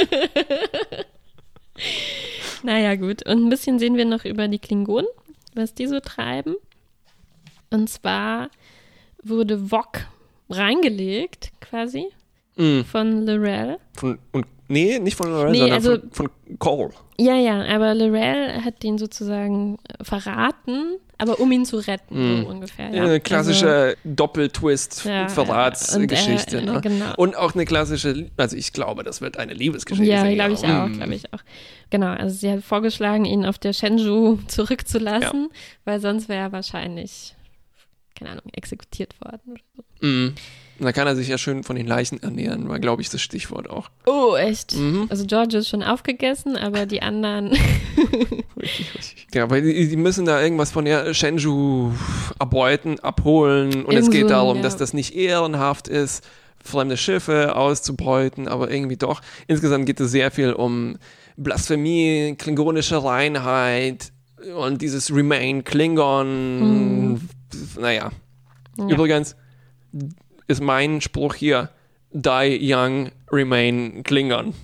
Naja, gut. Und ein bisschen sehen wir noch über die Klingonen, was die so treiben. Und zwar wurde Wok reingelegt, quasi, mm. von L'Rell. Von, und, nee, nicht von L'Rell, nee, sondern also, von, von Cole. Ja, ja, aber L'Rell hat den sozusagen verraten, aber um ihn zu retten, mm. so ungefähr. Ja. Eine klassische also, Doppeltwist-Verratsgeschichte. Ja, ja, ne? Genau. Und auch eine klassische, also ich glaube, das wird eine Liebesgeschichte ja, sein. Ja, glaube ich auch, mm. glaube ich auch. Genau, also sie hat vorgeschlagen, ihn auf der Shenzhou zurückzulassen, ja. weil sonst wäre er wahrscheinlich, keine Ahnung, exekutiert worden oder so. Mm. Und da kann er sich ja schön von den Leichen ernähren, war, glaube ich, das Stichwort auch. Oh, echt? Mhm. Also George ist schon aufgegessen, aber die anderen... richtig, richtig. Ja, weil die, die müssen da irgendwas von der Shenzhou abbeuten, abholen. Und Irgend es geht darum, ja. dass das nicht ehrenhaft ist, fremde Schiffe auszubeuten, aber irgendwie doch. Insgesamt geht es sehr viel um Blasphemie, klingonische Reinheit und dieses Remain Klingon. Mhm. Naja. Ja. Übrigens... ist mein Spruch hier, die young, remain Klingon.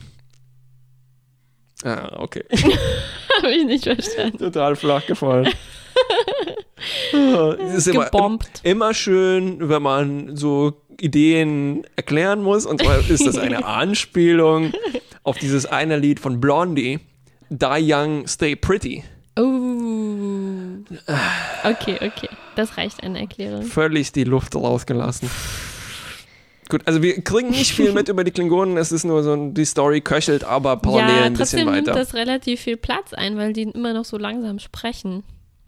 Ah, okay. Habe ich nicht verstanden. Total flach gefallen. Es ist immer, immer schön, wenn man so Ideen erklären muss. Und zwar ist das eine Anspielung auf dieses eine Lied von Blondie, Die Young, Stay Pretty. Oh. Okay, okay. Das reicht eine Erklärung. Völlig die Luft rausgelassen. Gut, also wir kriegen nicht viel mit über die Klingonen, es ist nur so, die Story köchelt, aber parallel ja, ein bisschen weiter. Ja, trotzdem nimmt das relativ viel Platz ein, weil die immer noch so langsam sprechen.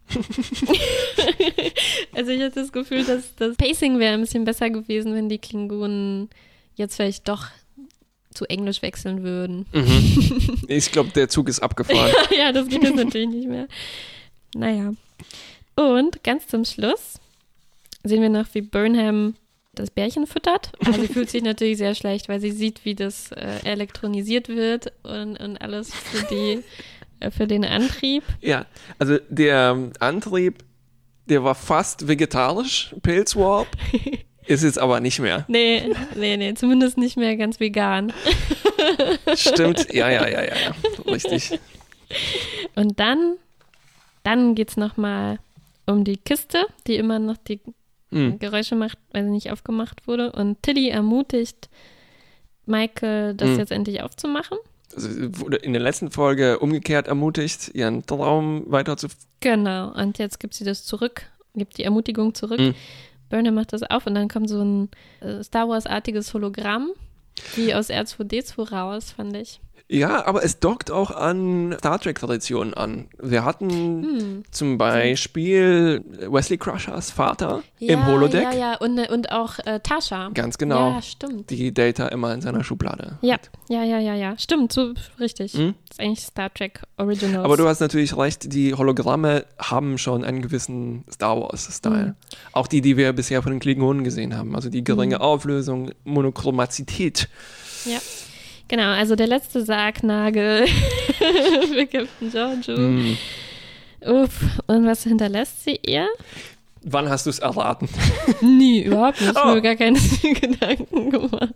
Also ich hatte das Gefühl, dass das Pacing wäre ein bisschen besser gewesen, wenn die Klingonen jetzt vielleicht doch zu Englisch wechseln würden. Mhm. Ich glaube, der Zug ist abgefahren. Ja, das geht jetzt natürlich nicht mehr. Naja. Und ganz zum Schluss sehen wir noch, wie Burnham das Bärchen füttert. Also sie fühlt sich natürlich sehr schlecht, weil sie sieht, wie das äh, elektronisiert wird und, und alles für, die, äh, für den Antrieb. Ja, also der Antrieb, der war fast vegetarisch, Pilzwarp. Ist jetzt aber nicht mehr. Nee, nee, nee, zumindest nicht mehr ganz vegan. Stimmt, ja, ja, ja, ja, ja. Richtig. Und dann, dann geht es nochmal um die Kiste, die immer noch die hm. Geräusche macht, weil sie nicht aufgemacht wurde. Und Tilly ermutigt Michael, das hm. jetzt endlich aufzumachen. Also wurde in der letzten Folge umgekehrt ermutigt, ihren Traum weiterzuführen. Genau, und jetzt gibt sie das zurück, gibt die Ermutigung zurück. Hm. Burnham macht das auf und dann kommt so ein äh, Star Wars-artiges Hologramm, wie aus R zwei D zwei raus, fand ich. Ja, aber es dockt auch an Star Trek-Traditionen an. Wir hatten hm. zum Beispiel Wesley Crushers Vater ja, im Holodeck. Ja, ja, und, und auch äh, Tasha. Ganz genau. Ja, stimmt. Die Data immer in seiner Schublade Ja, hat. ja, ja, ja, ja. Stimmt, so richtig. Hm? Das ist eigentlich Star Trek Originals. Aber du hast natürlich recht, die Hologramme haben schon einen gewissen Star Wars-Style. Hm. Auch die, die wir bisher von den Klingonen gesehen haben. Also die geringe hm. Auflösung, Monochromazität. Ja. Genau, also der letzte Sargnagel für Captain Giorgio. Mm. Uff, und was hinterlässt sie ihr? Wann hast du es erraten? Nie, überhaupt nicht. Ich Oh. habe mir gar keine Gedanken gemacht.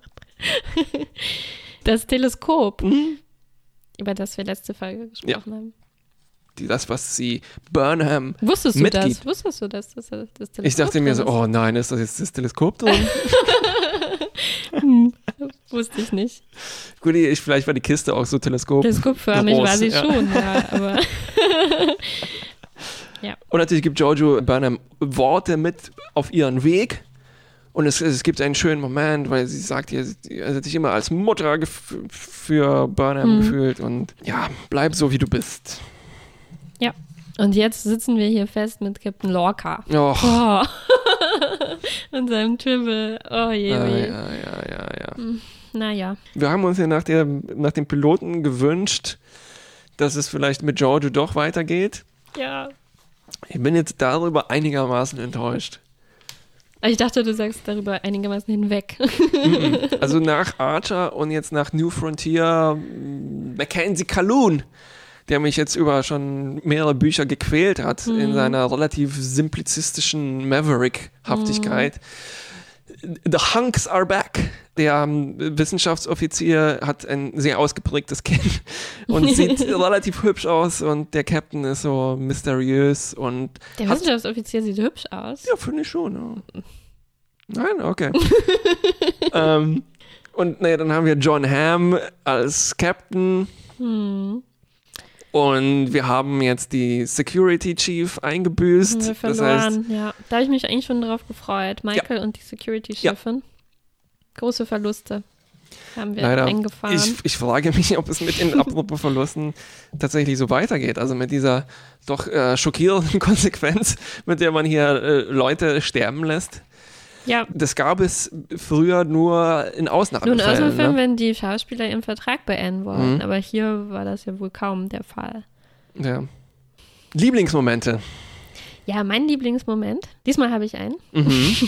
Das Teleskop, Mhm. über das wir letzte Folge gesprochen haben. Die, das, was sie Burnham Wusstest du mitgibt. das? Wusstest du das? das, das Teleskop Ich dachte mir so, drin ist? oh nein, ist das jetzt das Teleskop drin? Hm, wusste ich nicht. Gut, ich, vielleicht war die Kiste auch so Teleskop. Teleskopförmig groß, war sie ja. schon, ja, aber Und natürlich gibt Giorgio Burnham Worte mit auf ihren Weg. Und es, es gibt einen schönen Moment, weil sie sagt, ihr, sie hat sich immer als Mutter gef- für Burnham Mhm. gefühlt. Und ja, bleib so, wie du bist. ja. Und jetzt sitzen wir hier fest mit Captain Lorca. Oh, Oh. Und seinem Tribble. Oh je, ja, oh je. ja, ja, ja, ja. Naja. Wir haben uns ja nach, der, nach dem Piloten gewünscht, dass es vielleicht mit Giorgio doch weitergeht. Ja. Ich bin jetzt darüber einigermaßen enttäuscht. Ich dachte, du sagst darüber einigermaßen hinweg. Also nach Archer und jetzt nach New Frontier, mm, Mackenzie Calhoun, der mich jetzt über schon mehrere Bücher gequält hat Mhm. in seiner relativ simplizistischen Maverick-Haftigkeit. The Hunks are back. Der ähm, Wissenschaftsoffizier hat ein sehr ausgeprägtes Kinn und sieht relativ hübsch aus und der Captain ist so mysteriös und Der hat, Wissenschaftsoffizier sieht hübsch aus. ja, finde ich schon. Ja. Nein? Okay. ähm, und naja, dann haben wir John Hamm als Captain Hm. und wir haben jetzt die Security Chief eingebüßt. Haben wir Das verloren, heißt, ja. Da habe ich mich eigentlich schon drauf gefreut. Michael und die Security-Chefin. Große Verluste haben wir leider, eingefahren. ich, ich frage mich, ob es mit den Apropos-Verlusten tatsächlich so weitergeht. Also mit dieser doch äh, schockierenden Konsequenz, mit der man hier äh, Leute sterben lässt. ja, Das gab es früher nur in nun Ausnahmefällen. Ausnahmefällen, Ne? wenn die Schauspieler ihren Vertrag beenden wollen. Mhm. Aber hier war das ja wohl kaum der Fall. Ja. Lieblingsmomente. Ja, mein Lieblingsmoment, diesmal habe ich einen, Mhm.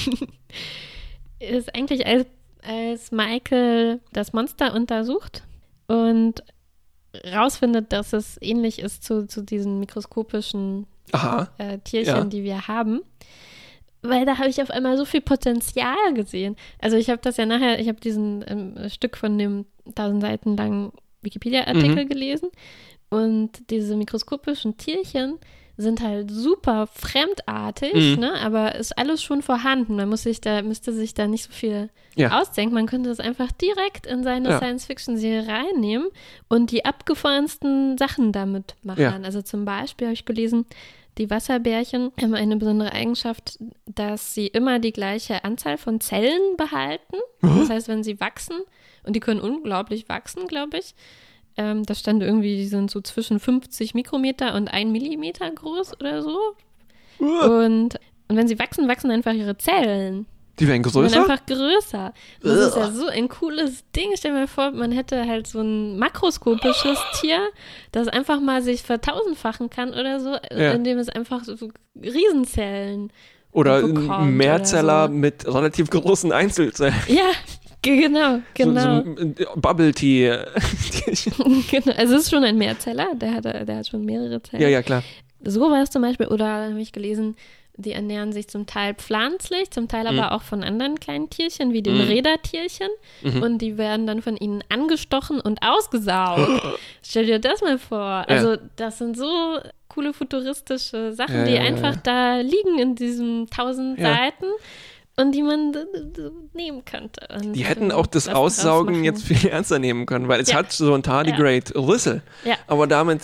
ist eigentlich, als, als Michael das Monster untersucht und rausfindet, dass es ähnlich ist zu, zu diesen mikroskopischen Aha. äh, Tierchen, Ja. die wir haben. Weil da habe ich auf einmal so viel Potenzial gesehen. Also ich habe das ja nachher, ich habe diesen ähm, Stück von dem tausend Seiten langen Wikipedia-Artikel Mhm. gelesen und diese mikroskopischen Tierchen sind halt super fremdartig, Mhm. ne? Aber ist alles schon vorhanden. Man muss sich da, müsste sich da nicht so viel Ja. ausdenken. Man könnte das einfach direkt in seine Ja. Science-Fiction-Serie reinnehmen und die abgefahrensten Sachen damit machen. Ja. Also zum Beispiel habe ich gelesen, die Wasserbärchen haben eine besondere Eigenschaft, dass sie immer die gleiche Anzahl von Zellen behalten. Das heißt, wenn sie wachsen, und die können unglaublich wachsen, glaube ich, ähm, da stand irgendwie, die sind so zwischen fünfzig Mikrometer und ein Millimeter groß oder so. Und, und wenn sie wachsen, wachsen einfach ihre Zellen. Die werden Die werden größer? einfach größer. Das ist ja so ein cooles Ding. Stell dir mal vor, man hätte halt so ein makroskopisches Tier, das einfach mal sich vertausendfachen kann oder so, Ja. indem es einfach so, so Riesenzellen Oder bekommt ein Mehrzeller oder so. mit relativ großen Einzelzellen. Ja, ge- genau, genau. So, so ein Bubble Tea. genau. Also es ist schon ein Mehrzeller, der hat, der hat schon mehrere Zellen. Ja, ja, klar. So war es zum Beispiel, oder habe ich gelesen, die ernähren sich zum Teil pflanzlich, zum Teil aber Mhm. auch von anderen kleinen Tierchen, wie den Mhm. Rädertierchen. Mhm. Und die werden dann von ihnen angestochen und ausgesaugt. Stell dir das mal vor. Also das sind so coole futuristische Sachen, Ja, die ja, ja, einfach ja. da liegen in diesen tausend Ja. Seiten und die man d- d- nehmen könnte. Und, Die hätten äh, auch das was Aussaugen draus jetzt machen. viel ernster nehmen können, weil es Ja. hat so ein Tardigrade Rüssel. Ja. Aber damit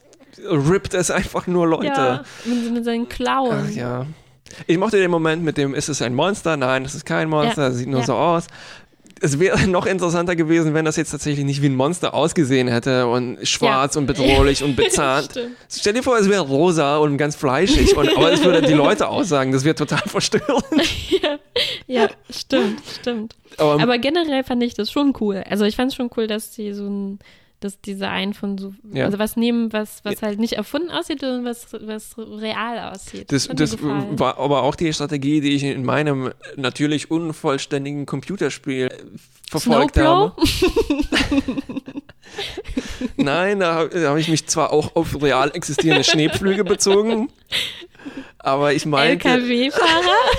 rippt es einfach nur Leute. Ja, mit, mit seinen Klauen. Ach, ja. Ich mochte den Moment mit dem, ist es ein Monster? Nein, es ist kein Monster, Ja. es sieht nur Ja. so aus. Es wäre noch interessanter gewesen, wenn das jetzt tatsächlich nicht wie ein Monster ausgesehen hätte und schwarz und bedrohlich und bezahnt. Stimmt. Stell dir vor, es wäre rosa und ganz fleischig, und, aber es würde die Leute aussagen, das wäre total verstörend. ja, ja, stimmt, stimmt. Aber, Aber generell fand ich das schon cool. Also ich fand es schon cool, dass sie so ein das Design von so, Ja. also was nehmen, was, was halt nicht erfunden aussieht, sondern was, was real aussieht. Das, hat mir das gefallen. war aber auch die Strategie, die ich in meinem natürlich unvollständigen Computerspiel äh, verfolgt Snowblow? habe. Nein, da, da habe ich mich zwar auch auf real existierende Schneepflüge bezogen, aber ich meinte... L K W-Fahrer?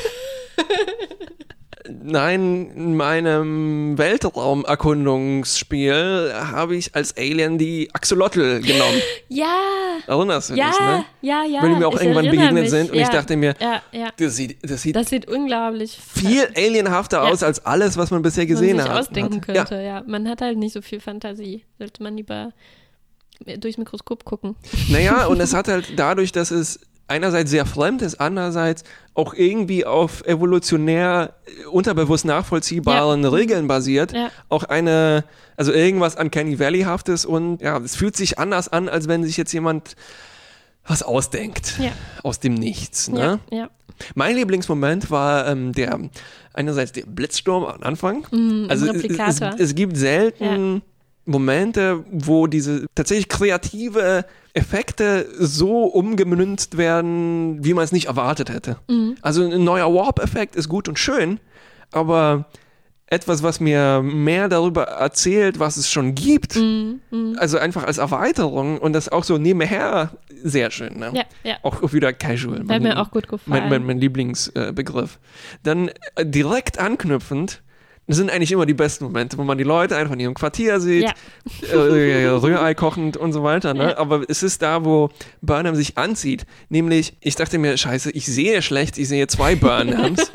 Nein, in meinem Weltraumerkundungsspiel habe ich als Alien die Axolotl genommen. Ja, Erinnerst du ja, dich, ne? ja, ja. Weil die mir auch ich irgendwann erinnere begegnet mich. sind und ja. ich dachte mir, ja, ja. das sieht, das sieht Das sieht unglaublich viel alienhafter Ja. aus als alles, was man bisher gesehen man sich hat. ausdenken hat. könnte, ja. ja. Man hat halt nicht so viel Fantasie. Sollte man lieber durchs Mikroskop gucken. Naja, und es hat halt dadurch, dass es einerseits sehr fremd ist, andererseits auch irgendwie auf evolutionär äh, unterbewusst nachvollziehbaren Ja. Regeln basiert, Ja. auch eine, also irgendwas Uncanny Valley-haftes und ja, es fühlt sich anders an, als wenn sich jetzt jemand was ausdenkt. Ja. Aus dem Nichts, ne? Ja, ja. Mein Lieblingsmoment war ähm, der, einerseits der Blitzsturm am Anfang. Mm, also im es, es, Replikator. es gibt selten Momente, wo diese tatsächlich kreative Effekte so umgemünzt werden, wie man es nicht erwartet hätte. Mhm. Also ein neuer Warp-Effekt ist gut und schön, aber etwas, was mir mehr darüber erzählt, was es schon gibt, Mm, mm. also einfach als Erweiterung und das auch so nebenher, sehr schön. Ne? Ja, ja. Auch wieder casual. Hat Mein- mir auch gut gefallen. mein, mein, mein Lieblingsbegriff. Dann äh, direkt anknüpfend, das sind eigentlich immer die besten Momente, wo man die Leute einfach in ihrem Quartier sieht, Ja. äh, Rührei kochend und so weiter. Ne? Ja. Aber es ist da, wo Burnham sich anzieht. Nämlich, ich dachte mir, scheiße, ich sehe schlecht, ich sehe zwei Burnhams.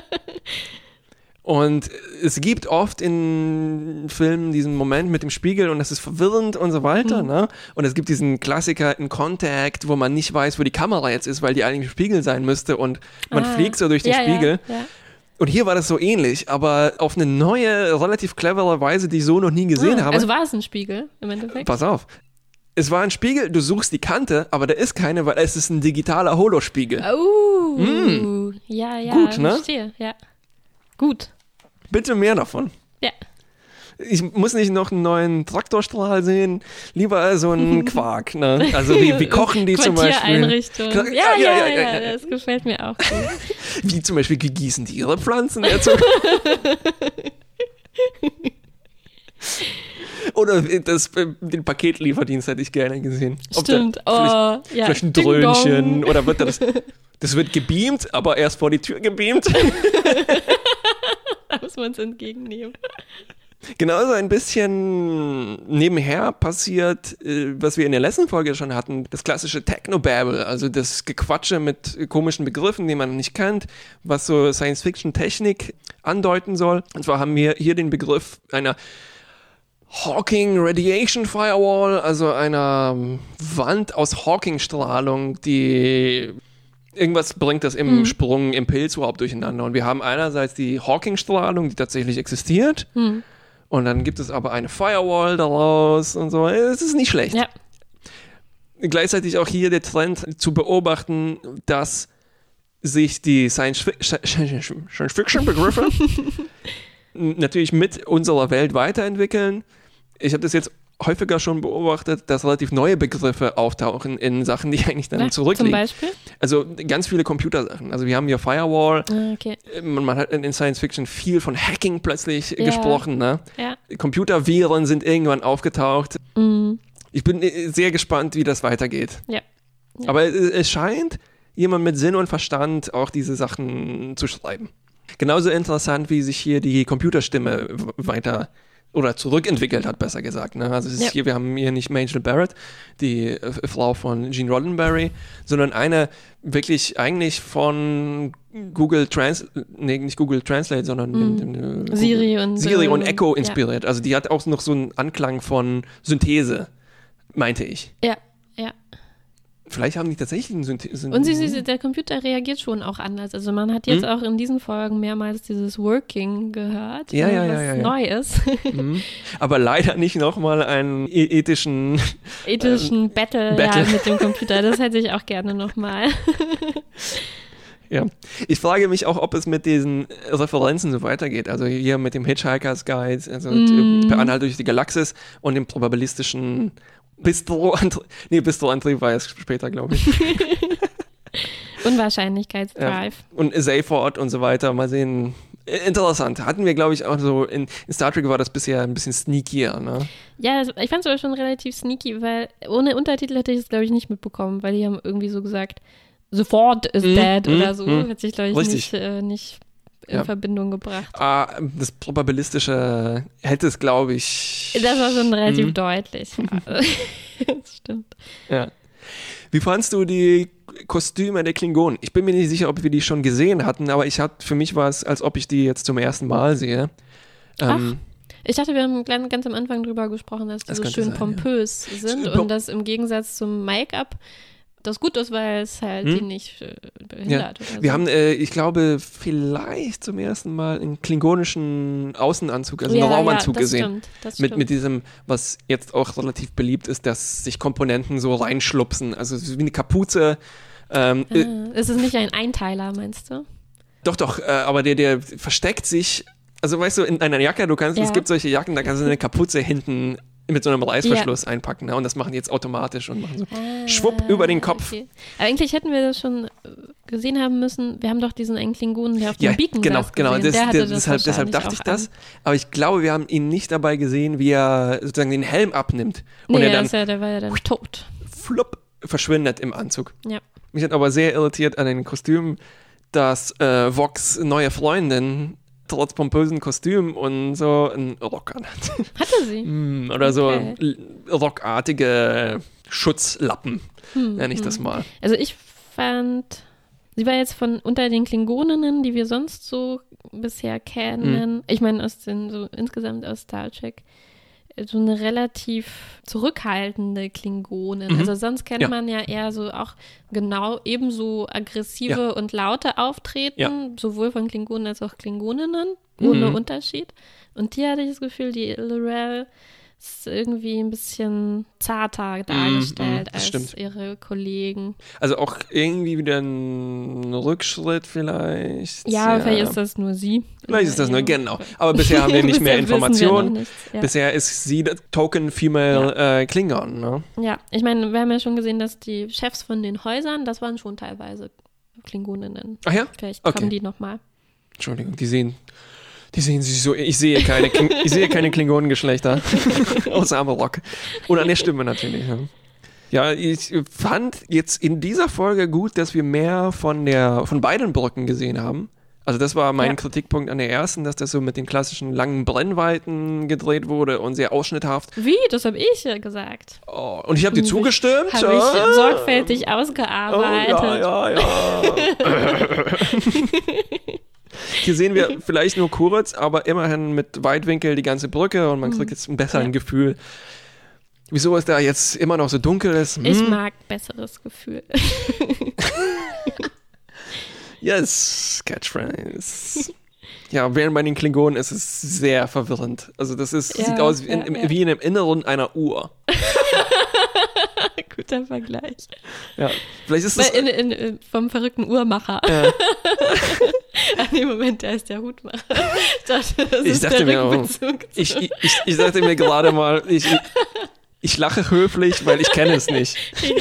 Und es gibt oft in Filmen diesen Moment mit dem Spiegel und das ist verwirrend und so weiter. Mhm. Ne? Und es gibt diesen Klassiker in Contact, wo man nicht weiß, wo die Kamera jetzt ist, weil die eigentlich im Spiegel sein müsste und man Ah. fliegt so durch den ja, Spiegel. Ja, ja. Und hier war das so ähnlich, aber auf eine neue, relativ clevere Weise, die ich so noch nie gesehen Ah, habe. Also war es ein Spiegel im Endeffekt? Pass auf. Es war ein Spiegel, du suchst die Kante, aber da ist keine, weil es ist ein digitaler Holospiegel. Oh, Mm. ja, ja, Gut, ne? verstehe, ja. Gut, Bitte mehr davon. ja. Ich muss nicht noch einen neuen Traktorstrahl sehen, lieber so einen Quark. Ne? Also wie, wie kochen die zum Beispiel? Quartiereinrichtung. Klar- Ja, ja, ja, ja, das gefällt mir auch gut. Wie zum Beispiel, wie gießen die ihre Pflanzen dazu? Oder das, äh, den Paketlieferdienst hätte ich gerne gesehen. Ob da Stimmt, oh, vielleicht, ja. vielleicht ein Ding Dröhnchen dong. oder wird das, das wird gebeamt, aber erst vor die Tür gebeamt. Da muss man es entgegennehmen. Genauso ein bisschen nebenher passiert, äh, was wir in der letzten Folge schon hatten, das klassische Technobabble, also das Gequatsche mit komischen Begriffen, die man nicht kennt, was so Science-Fiction-Technik andeuten soll. Und zwar haben wir hier den Begriff einer Hawking Radiation Firewall, also einer Wand aus Hawking-Strahlung, die irgendwas bringt das im Mhm. Sprung im Pilz überhaupt durcheinander. Und wir haben einerseits die Hawking-Strahlung, die tatsächlich existiert. Hm. Und dann gibt es aber eine Firewall daraus und so. Es ist nicht schlecht. Ja, Gleichzeitig auch hier der Trend zu beobachten, dass sich die Science-Fiction-Begriffe natürlich mit unserer Welt weiterentwickeln. Ich habe das jetzt häufiger schon beobachtet, dass relativ neue Begriffe auftauchen in Sachen, die eigentlich dann na, zum zurückliegen. Beispiel. Also ganz viele Computersachen. Also wir haben hier Firewall. Ah, okay, Man, man hat in Science Fiction viel von Hacking plötzlich Ja. gesprochen. Ne? ja. Computerviren sind irgendwann aufgetaucht. Mhm. Ich bin äh, sehr gespannt, wie das weitergeht. Ja. Ja. Aber es, es scheint jemand mit Sinn und Verstand auch diese Sachen zu schreiben. Genauso interessant, wie sich hier die Computerstimme w- weiter oder zurückentwickelt hat, besser gesagt. Ne? Also es ist Ja. hier, wir haben hier nicht Majel Barrett, die äh, Frau von Gene Roddenberry, sondern eine wirklich eigentlich von Google Trans, nee, nicht Google Translate, sondern Mhm. dem, dem, äh, Siri Google, und, Siri und ähm, Echo ja. inspiriert. Also die hat auch noch so einen Anklang von Synthese, meinte ich. Ja, ja. Vielleicht haben die tatsächlich einen Synthese. Und sie, sie, der Computer reagiert schon auch anders. Also man hat jetzt Mhm. auch in diesen Folgen mehrmals dieses Working gehört, Ja, äh, ja, ja, was ja, ja. neu ist. Mhm. Aber leider nicht nochmal einen e- ethischen. Ethischen Battle, Ähm, Battle. Ja, mit dem Computer. Das hätte ich auch gerne nochmal. Ja. Ich frage mich auch, ob es mit diesen Referenzen so weitergeht. Also hier mit dem Hitchhiker's Guide, also mm. per Anhalt durch die Galaxis und dem probabilistischen Bistro, nee, Bistro-Antrieb war es später, glaube ich. Unwahrscheinlichkeitsdrive. Ja. Und Zayford und so weiter. Mal sehen. Interessant. Hatten wir, glaube ich, auch so, in, in Star Trek war das bisher ein bisschen sneakier, ne? Ja, ich fand es aber schon relativ sneaky, weil ohne Untertitel hätte ich es, glaube ich, nicht mitbekommen, weil die haben irgendwie so gesagt, sofort ist mm, dead mm, oder so. Mm, hat sich, glaube ich, nicht, äh, nicht in ja. Verbindung gebracht. Ah, das Probabilistische hätte es, glaube ich... Das war schon relativ mm. deutlich. Das stimmt. Ja. Wie fandst du die Kostüme der Klingonen? Ich bin mir nicht sicher, ob wir die schon gesehen hatten, aber ich hatte, für mich war es, als ob ich die jetzt zum ersten Mal sehe. Ähm, Ach, ich dachte, wir haben ganz am Anfang drüber gesprochen, dass die das so schön sein, pompös ja. sind und dass im Gegensatz zum Make-up das gut ist, weil es halt hm? die nicht äh, behindert. Ja. Oder so. Wir haben, äh, ich glaube, vielleicht zum ersten Mal einen klingonischen Außenanzug, also ja, einen Raumanzug ja, das gesehen. Stimmt, das mit, stimmt. mit diesem, was jetzt auch relativ beliebt ist, dass sich Komponenten so reinschlupsen. Also wie eine Kapuze. Ähm, ah, äh, ist es nicht ein Einteiler, meinst du? Doch, doch, äh, aber der, der versteckt sich, also weißt du, in einer Jacke, du kannst, ja. es gibt solche Jacken, da kannst du eine Kapuze hinten mit so einem Reißverschluss ja. einpacken. Ne? Und das machen die jetzt automatisch und machen so ah, schwupp über den Kopf. Okay. Aber eigentlich hätten wir das schon gesehen haben müssen. Wir haben doch diesen einen Klingonen, der auf dem ja, Beacon genau, saß, genau. gesehen. Das, der das, das deshalb, deshalb dachte ich das. An. Aber ich glaube, wir haben ihn nicht dabei gesehen, wie er sozusagen den Helm abnimmt. Und nee, er dann ja, der war ja dann tot. Flupp, verschwindet im Anzug. Ja. Mich hat aber sehr irritiert an den Kostümen, dass äh, Vox neue Freundin trotz pompösen Kostüm und so einen Rock anhat. Hatte sie? mm, oder okay. so rockartige Schutzlappen, hm, nenne ich hm. das mal. Also ich fand, sie war jetzt von unter den Klingoninnen, die wir sonst so bisher kennen, hm. ich meine aus den, so insgesamt aus Star Trek, so eine relativ zurückhaltende Klingonin. Mhm. Also sonst kennt ja. man ja eher so auch genau ebenso aggressive ja. und laute Auftreten, ja. sowohl von Klingonen als auch Klingoninnen, ohne mhm. Unterschied. Und hier hatte ich das Gefühl, die L'Rell ist irgendwie ein bisschen zarter dargestellt mm, als stimmt. ihre Kollegen. Also auch irgendwie wieder ein Rückschritt vielleicht. Ja, ja. vielleicht ist das nur sie. Vielleicht ist das nur, genau. Aber bisher haben wir nicht mehr Informationen. Ja. Bisher ist sie der Token Female ja. äh, Klingon. Ne? Ja, ich meine, wir haben ja schon gesehen, dass die Chefs von den Häusern, das waren schon teilweise Klingoninnen. Ach ja? Vielleicht okay. kommen die nochmal. Entschuldigung, die sehen... Die sehen sich so, ich sehe keine, ich sehe keine Klingonengeschlechter, außer am Rock. Und an der Stimme natürlich. Ja. ja, ich fand jetzt in dieser Folge gut, dass wir mehr von der, von beiden Brücken gesehen haben. Also das war mein ja. Kritikpunkt an der ersten, dass das so mit den klassischen langen Brennweiten gedreht wurde und sehr ausschnitthaft. Wie? Das habe ich ja gesagt. Oh, und ich habe dir zugestimmt. Habe ich ah. sorgfältig ausgearbeitet. Oh, ja, ja, ja. Hier sehen wir vielleicht nur kurz, aber immerhin mit Weitwinkel die ganze Brücke und man kriegt jetzt ein besseres ja. Gefühl, wieso es da jetzt immer noch so dunkel ist. Hm? Ich mag besseres Gefühl. Yes, Catchphrase. Ja, während bei den Klingonen ist es sehr verwirrend. Also das ist, ja, sieht aus wie, in, ja, ja. wie in dem Inneren einer Uhr. Guter Vergleich. Ja, vielleicht ist das in, in, in, vom verrückten Uhrmacher. Ja. An dem Moment, der ist der Hutmacher. Ich dachte, das ich ist dachte der mir, oh, ich, ich, ich, ich dachte mir gerade mal, ich, ich, ich lache höflich, weil ich kenne es nicht.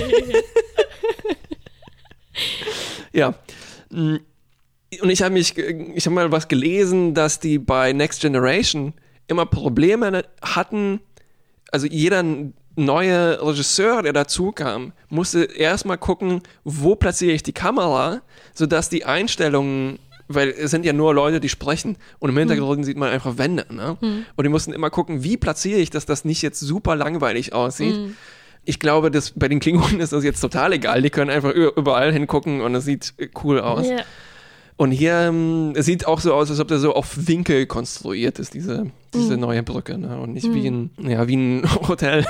Ja. Und ich habe mich, ich habe mal was gelesen, dass die bei Next Generation immer Probleme hatten, also jeder neue Regisseur, der dazu kam, musste erstmal gucken, wo platziere ich die Kamera, sodass die Einstellungen, weil es sind ja nur Leute, die sprechen und im Hintergrund hm. sieht man einfach Wände, ne? Hm. Und die mussten immer gucken, wie platziere ich, dass das nicht jetzt super langweilig aussieht. Hm. Ich glaube, dass bei den Klingonen ist das jetzt total egal, die können einfach überall hingucken und es sieht cool aus. Yeah. Und hier, ähm, es sieht auch so aus, als ob der so auf Winkel konstruiert ist, diese, diese mm. neue Brücke, ne? Und nicht mm. wie ein, ja, wie ein Hotel.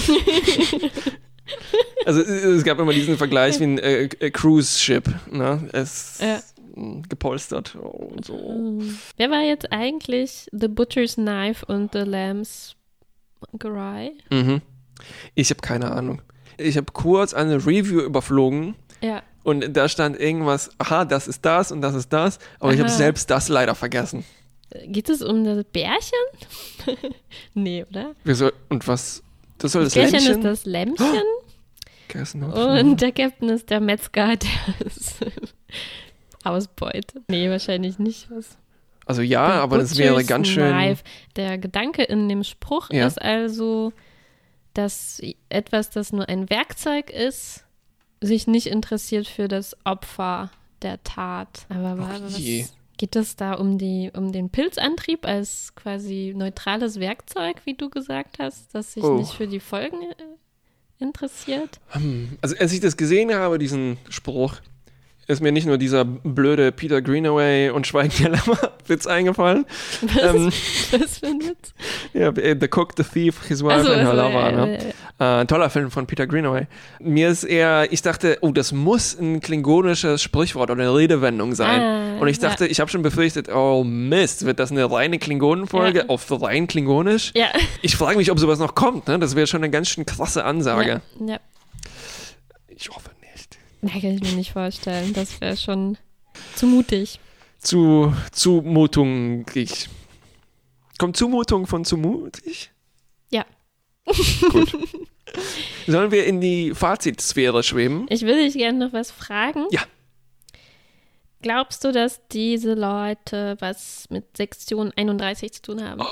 Also es gab immer diesen Vergleich wie ein äh, Cruise-Ship, ne? Es ja. gepolstert und so. Wer war jetzt eigentlich The Butcher's Knife und The Lamb's Gry? Mhm. Ich habe keine Ahnung. Ich habe kurz eine Review überflogen. Ja. Und da stand irgendwas, aha, das ist das und das ist das, aber Aha. ich habe selbst das leider vergessen. Geht es um das Bärchen? Nee, oder? Wieso, und was, das soll das, Das Bärchen Lämmchen? ist das Lämmchen Gegessen hat? und der Captain ist der Metzger, der es ausbeutet. Nee, wahrscheinlich nicht. Was? Also ja, aber das wäre Butcher's ganz schön, Knife. Der Gedanke in dem Spruch Ja. ist also, dass etwas, das nur ein Werkzeug ist, sich nicht interessiert für das Opfer der Tat. Aber wa- Ach je. was geht es da um die um den Pilzantrieb als quasi neutrales Werkzeug, wie du gesagt hast, das sich Oh. nicht für die Folgen äh, interessiert? Hm, also als ich das gesehen habe, diesen Spruch, ist mir nicht nur dieser blöde Peter Greenaway und Schweigen der Lämmer Witz eingefallen. Was, Ähm, was für ein Witz? Ja, äh, The Cook, The Thief, His Wife Also, and Her also, Lover. äh, Ne? Äh, ein toller Film von Peter Greenaway. Mir ist eher, ich dachte, oh, das muss ein klingonisches Sprichwort oder eine Redewendung sein. Ah, und ich ja. dachte, ich habe schon befürchtet, oh Mist, wird das eine reine Klingonenfolge Ja. auf rein klingonisch? ja. Ich frage mich, ob sowas noch kommt. Ne? Das wäre schon eine ganz schön krasse Ansage. Ja, ja. Ich hoffe nicht. Ja, kann ich mir nicht vorstellen. Das wäre schon zu mutig. Zu zumutungig. Kommt Zumutung von zumutig? Ja. Gut. Sollen wir in die Fazitsphäre schweben? Ich würde dich gerne noch was fragen. Ja. Glaubst du, dass diese Leute was mit Sektion einunddreißig zu tun haben?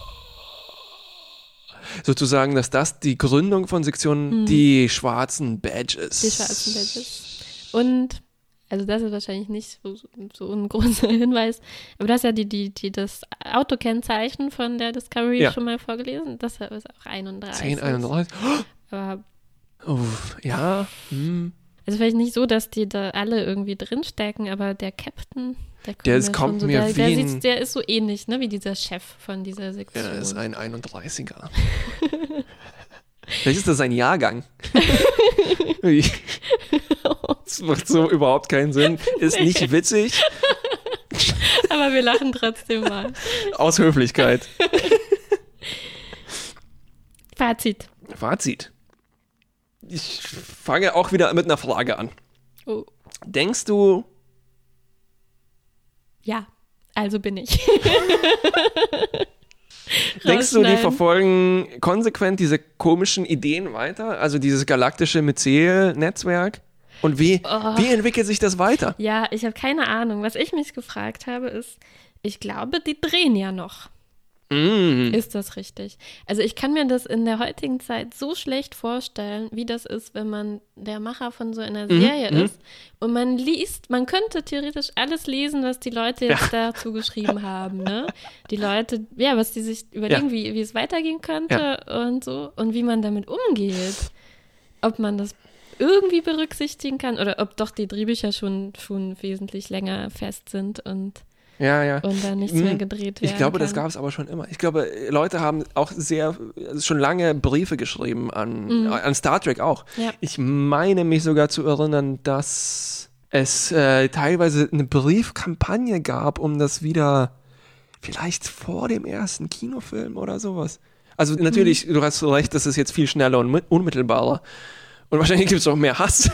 Sozusagen, dass das die Gründung von Sektionen, die schwarzen Badges. Die schwarzen Badges. Und, also das ist wahrscheinlich nicht so, so ein großer Hinweis, aber du hast ja die, die, die das Autokennzeichen von der Discovery Ja. schon mal vorgelesen. Das ist auch einunddreißig. zehn, einunddreißig. Aber, Oh, ja. Hm. also vielleicht nicht so, dass die da alle irgendwie drinstecken, aber der Captain, der kommt, Der mir, ist- kommt schon so, mir der, wie der, ein- sieht, der ist so ähnlich, ne, wie dieser Chef von dieser Sektion. Ja, ist ein einunddreißiger. Vielleicht ist das ein Jahrgang. Das macht so überhaupt keinen Sinn. Ist nicht witzig. Aber wir lachen trotzdem mal. Aus Höflichkeit. Fazit. Fazit. Ich fange auch wieder mit einer Frage an. Oh. Denkst du, Ja, also bin ich. Denkst du, die Rausschneiden. verfolgen konsequent diese komischen Ideen weiter? Also dieses galaktische Myzel-Netzwerk? Und wie, Oh. wie entwickelt sich das weiter? Ja, ich habe keine Ahnung. Was ich mich gefragt habe, ist, ich glaube, die drehen ja noch. Mm. Ist das richtig? Also ich kann mir das in der heutigen Zeit so schlecht vorstellen, wie das ist, wenn man der Macher von so einer Serie mhm. ist und man liest, man könnte theoretisch alles lesen, was die Leute jetzt dazu geschrieben haben, ne? Die Leute, ja, was die sich überlegen, Ja. wie, wie es weitergehen könnte und so und wie man damit umgeht. Ob man das irgendwie berücksichtigen kann oder ob doch die Drehbücher schon, schon wesentlich länger fest sind und Ja, ja. und da nichts Mm. mehr gedreht werden Ich glaube, das kann. gab es aber schon immer. Ich glaube, Leute haben auch sehr, also schon lange Briefe geschrieben an, an Star Trek auch. Ja. Ich meine mich sogar zu erinnern, dass es äh, teilweise eine Briefkampagne gab, um das wieder vielleicht vor dem ersten Kinofilm oder sowas. Also natürlich, du hast recht, das ist jetzt viel schneller und mit- unmittelbarer. Und wahrscheinlich gibt es auch mehr Hass.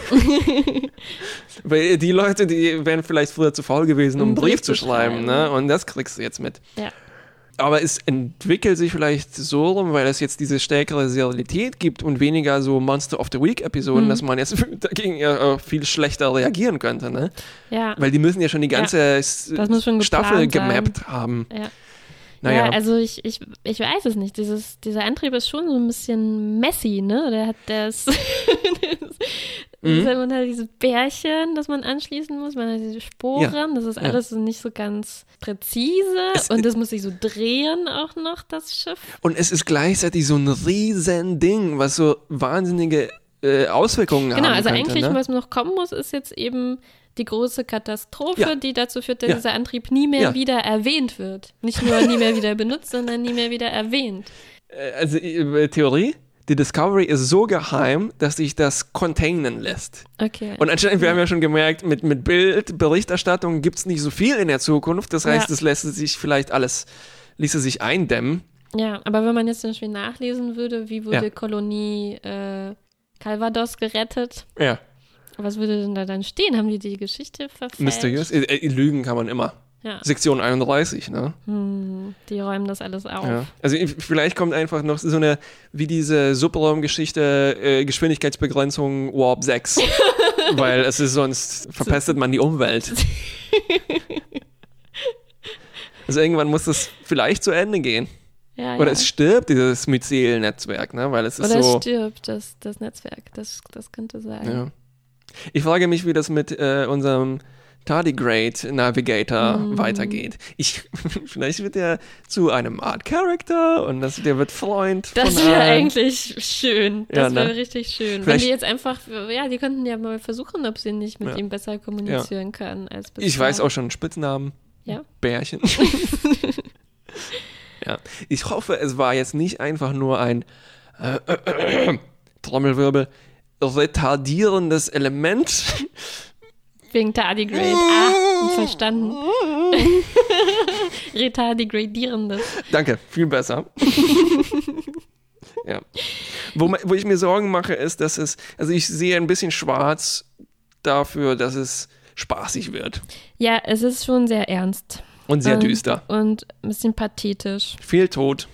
Weil die Leute, die wären vielleicht früher zu faul gewesen, um einen Brief, zu schreiben. Ne? Und das kriegst du jetzt mit. Ja. Aber es entwickelt sich vielleicht so rum, weil es jetzt diese stärkere Serialität gibt und weniger so Monster of the Week-Episoden, Mhm. dass man jetzt dagegen ja äh, viel schlechter reagieren könnte. Ne? Ja. Weil die müssen ja schon die ganze S- Das muss schon Staffel geplant sein. gemappt haben. Ja. Naja. Ja, also ich, ich, ich weiß es nicht. Dieses, dieser Antrieb ist schon so ein bisschen messy, ne? Der hat das. Mhm. Man hat diese Bärchen, das man anschließen muss, man hat diese Sporen, Ja. das ist Ja. alles so nicht so ganz präzise Es- und das muss sich so drehen auch noch, das Schiff. Und es ist gleichzeitig so ein riesen Ding, was so wahnsinnige äh, Auswirkungen Genau, haben also könnte. eigentlich, ne? was noch kommen muss, ist jetzt eben die große Katastrophe, Ja. die dazu führt, dass Ja. dieser Antrieb nie mehr Ja. wieder erwähnt wird. Nicht nur nie mehr wieder benutzt, sondern nie mehr wieder erwähnt. Äh, Also äh, Theorie, die Discovery ist so geheim, dass sich das containen lässt. Okay. Und anscheinend, wir haben ja schon gemerkt, mit, mit Bildberichterstattung gibt es nicht so viel in der Zukunft. Das heißt, Ja. es lässt sich vielleicht alles, ließe sich eindämmen. Ja, aber wenn man jetzt zum Beispiel nachlesen würde, wie wurde Ja. Kolonie äh, Calvados gerettet, Ja. Was würde denn da dann stehen? Haben die die Geschichte verfälscht? Mysteriös. Äh, äh, Lügen kann man immer. Ja. Sektion einunddreißig, ne? Hm, die räumen das alles auf. Ja. Also vielleicht kommt einfach noch so eine, wie diese Superraumgeschichte, äh, Geschwindigkeitsbegrenzung Warp sechs. Weil es ist sonst, verpestet man die Umwelt. Also irgendwann muss das vielleicht zu Ende gehen. Ja, Oder ja. es stirbt, dieses Myzel-Netzwerk, ne? Weil es ist Oder so. es stirbt, das, das Netzwerk. Das, das könnte sein. Ja. Ich frage mich, wie das mit äh, unserem Tardigrade Navigator mm. weitergeht. Ich, vielleicht wird er zu einem Art Character und das, der wird Freund das von wäre allen. eigentlich schön. Das Ja, wäre ne? richtig schön. Vielleicht- Wenn die jetzt einfach, ja, die könnten ja mal versuchen, ob sie nicht mit Ja. ihm besser kommunizieren können als bisher. Ich weiß auch schon einen Spitznamen. Ja. Bärchen. Ja. Ich hoffe, es war jetzt nicht einfach nur ein äh, äh, äh, Trommelwirbel retardierendes Element. Wegen Tardigrade. Ah, verstanden. Retardegradierendes. Danke, viel besser. Ja. Wo, ma- wo ich mir Sorgen mache, ist, dass es, also ich sehe ein bisschen schwarz dafür, dass es spaßig wird. Ja, es ist schon sehr ernst. Und sehr Ähm, düster. Und ein bisschen pathetisch. Viel Tod.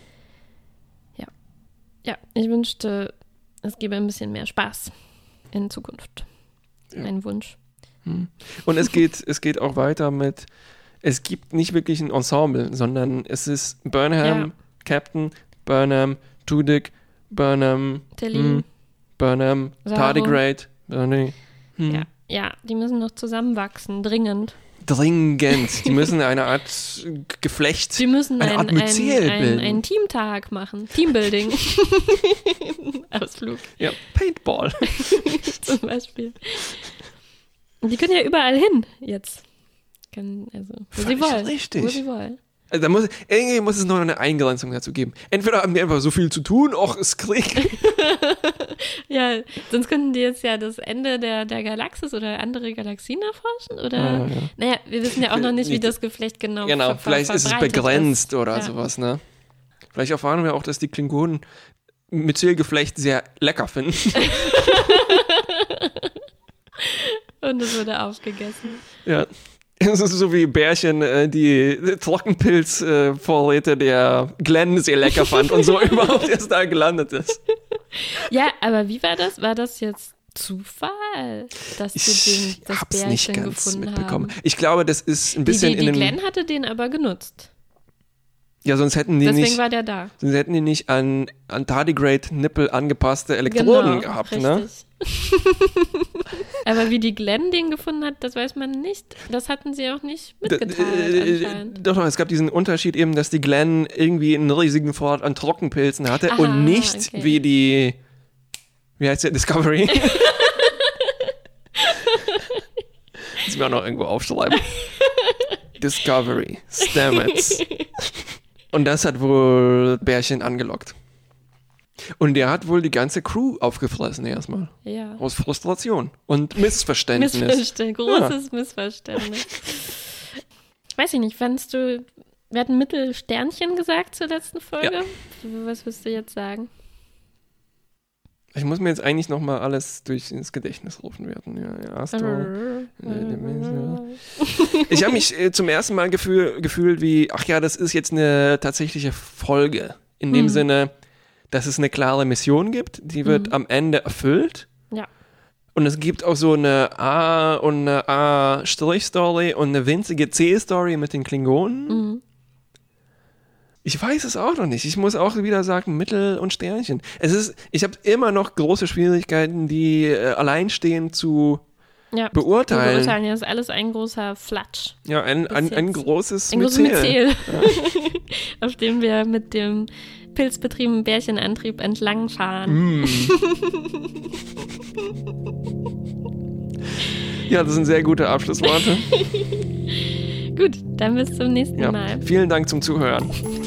Ja, ich wünschte, es gäbe ein bisschen mehr Spaß in Zukunft. Ja. Ein Wunsch. Und es geht, es geht auch weiter mit, es gibt nicht wirklich ein Ensemble, sondern es ist Burnham, Ja. Captain, Burnham, Tudyk, Burnham, Tilly. hm, Burnham, Saru. Tardigrade, Bernie. Hm. Ja, ja, die müssen noch zusammenwachsen, dringend. Dringend. Die müssen eine Art Geflecht, Sie müssen eine ein, Art ein, Myzel ein, bilden. einen Teamtag machen. Teambuilding. Ausflug Ja, Paintball. zum Beispiel. Und die können ja überall hin jetzt. Können, also, wo Völlig sie wollen. richtig. Wo sie wollen. Also da muss, irgendwie muss es noch eine Eingrenzung dazu geben. Entweder haben die einfach so viel zu tun, auch es Krieg. Ja, sonst könnten die jetzt ja das Ende der, der Galaxis oder andere Galaxien erforschen, oder? Ah, ja. Naja, wir wissen ja auch noch nicht, wie das Geflecht genau Genau, ver- ver- vielleicht ist es verbreitet begrenzt oder Ja. sowas, ne? Vielleicht erfahren wir auch, dass die Klingonen Myzelgeflecht sehr lecker finden. Und es wurde aufgegessen. Ja. Es ist so wie Bärchen, äh, die Trockenpilz-Vorräte der Glenn sehr lecker fand und so überhaupt erst da gelandet ist. Ja, aber wie war das? War das jetzt Zufall, dass sie den, Ich das hab's Bärchen nicht ganz gefunden mitbekommen. haben? Ich glaube, das ist ein Die, bisschen die, die in den... Glenn hatte den aber genutzt. Ja, sonst hätten die Deswegen nicht... war der da. Sonst hätten die nicht an, an Tardigrade-Nippel angepasste Elektroden Genau, gehabt, richtig. ne? Aber wie die Glenn den gefunden hat, das weiß man nicht. Das hatten sie auch nicht mitgeteilt D- äh, anscheinend. Doch, doch, es gab diesen Unterschied eben, dass die Glenn irgendwie einen riesigen Vorrat an Trockenpilzen hatte Aha, und nicht okay. wie die, wie heißt der, Discovery? Das mir auch noch irgendwo aufschreiben. Discovery, Stamets. Und das hat wohl Bärchen angelockt. Und der hat wohl die ganze Crew aufgefressen erstmal. Ja. Aus Frustration und Missverständnis. Missverständnis, großes Missverständnis. Weiß ich nicht, fandst du, wir hatten Mittelsternchen gesagt zur letzten Folge? Ja. Was würdest du jetzt sagen? Ich muss mir jetzt eigentlich nochmal alles durch ins Gedächtnis rufen werden. Ja, ja, Astro. Ich habe mich äh, zum ersten Mal gefühl, gefühlt wie, ach ja, das ist jetzt eine tatsächliche Folge. In dem Mhm. Sinne, dass es eine klare Mission gibt, die wird Mhm. am Ende erfüllt. Ja. Und es gibt auch so eine A- und eine A-Story und eine winzige C-Story mit den Klingonen. Mhm. Ich weiß es auch noch nicht. Ich muss auch wieder sagen, Mittel und Sternchen. Es ist, ich habe immer noch große Schwierigkeiten, die äh, alleinstehend zu Ja, beurteilen. zu beurteilen. Das ist alles ein großer Flatsch. Ja, ein, Bis ein, ein jetzt. großes Ein großes Myzel. Myzel, auf dem wir mit dem pilzbetriebenen Bärchenantrieb entlang fahren. Mm. Ja, das sind sehr gute Abschlussworte. Gut, dann bis zum nächsten Ja. Mal. Vielen Dank zum Zuhören.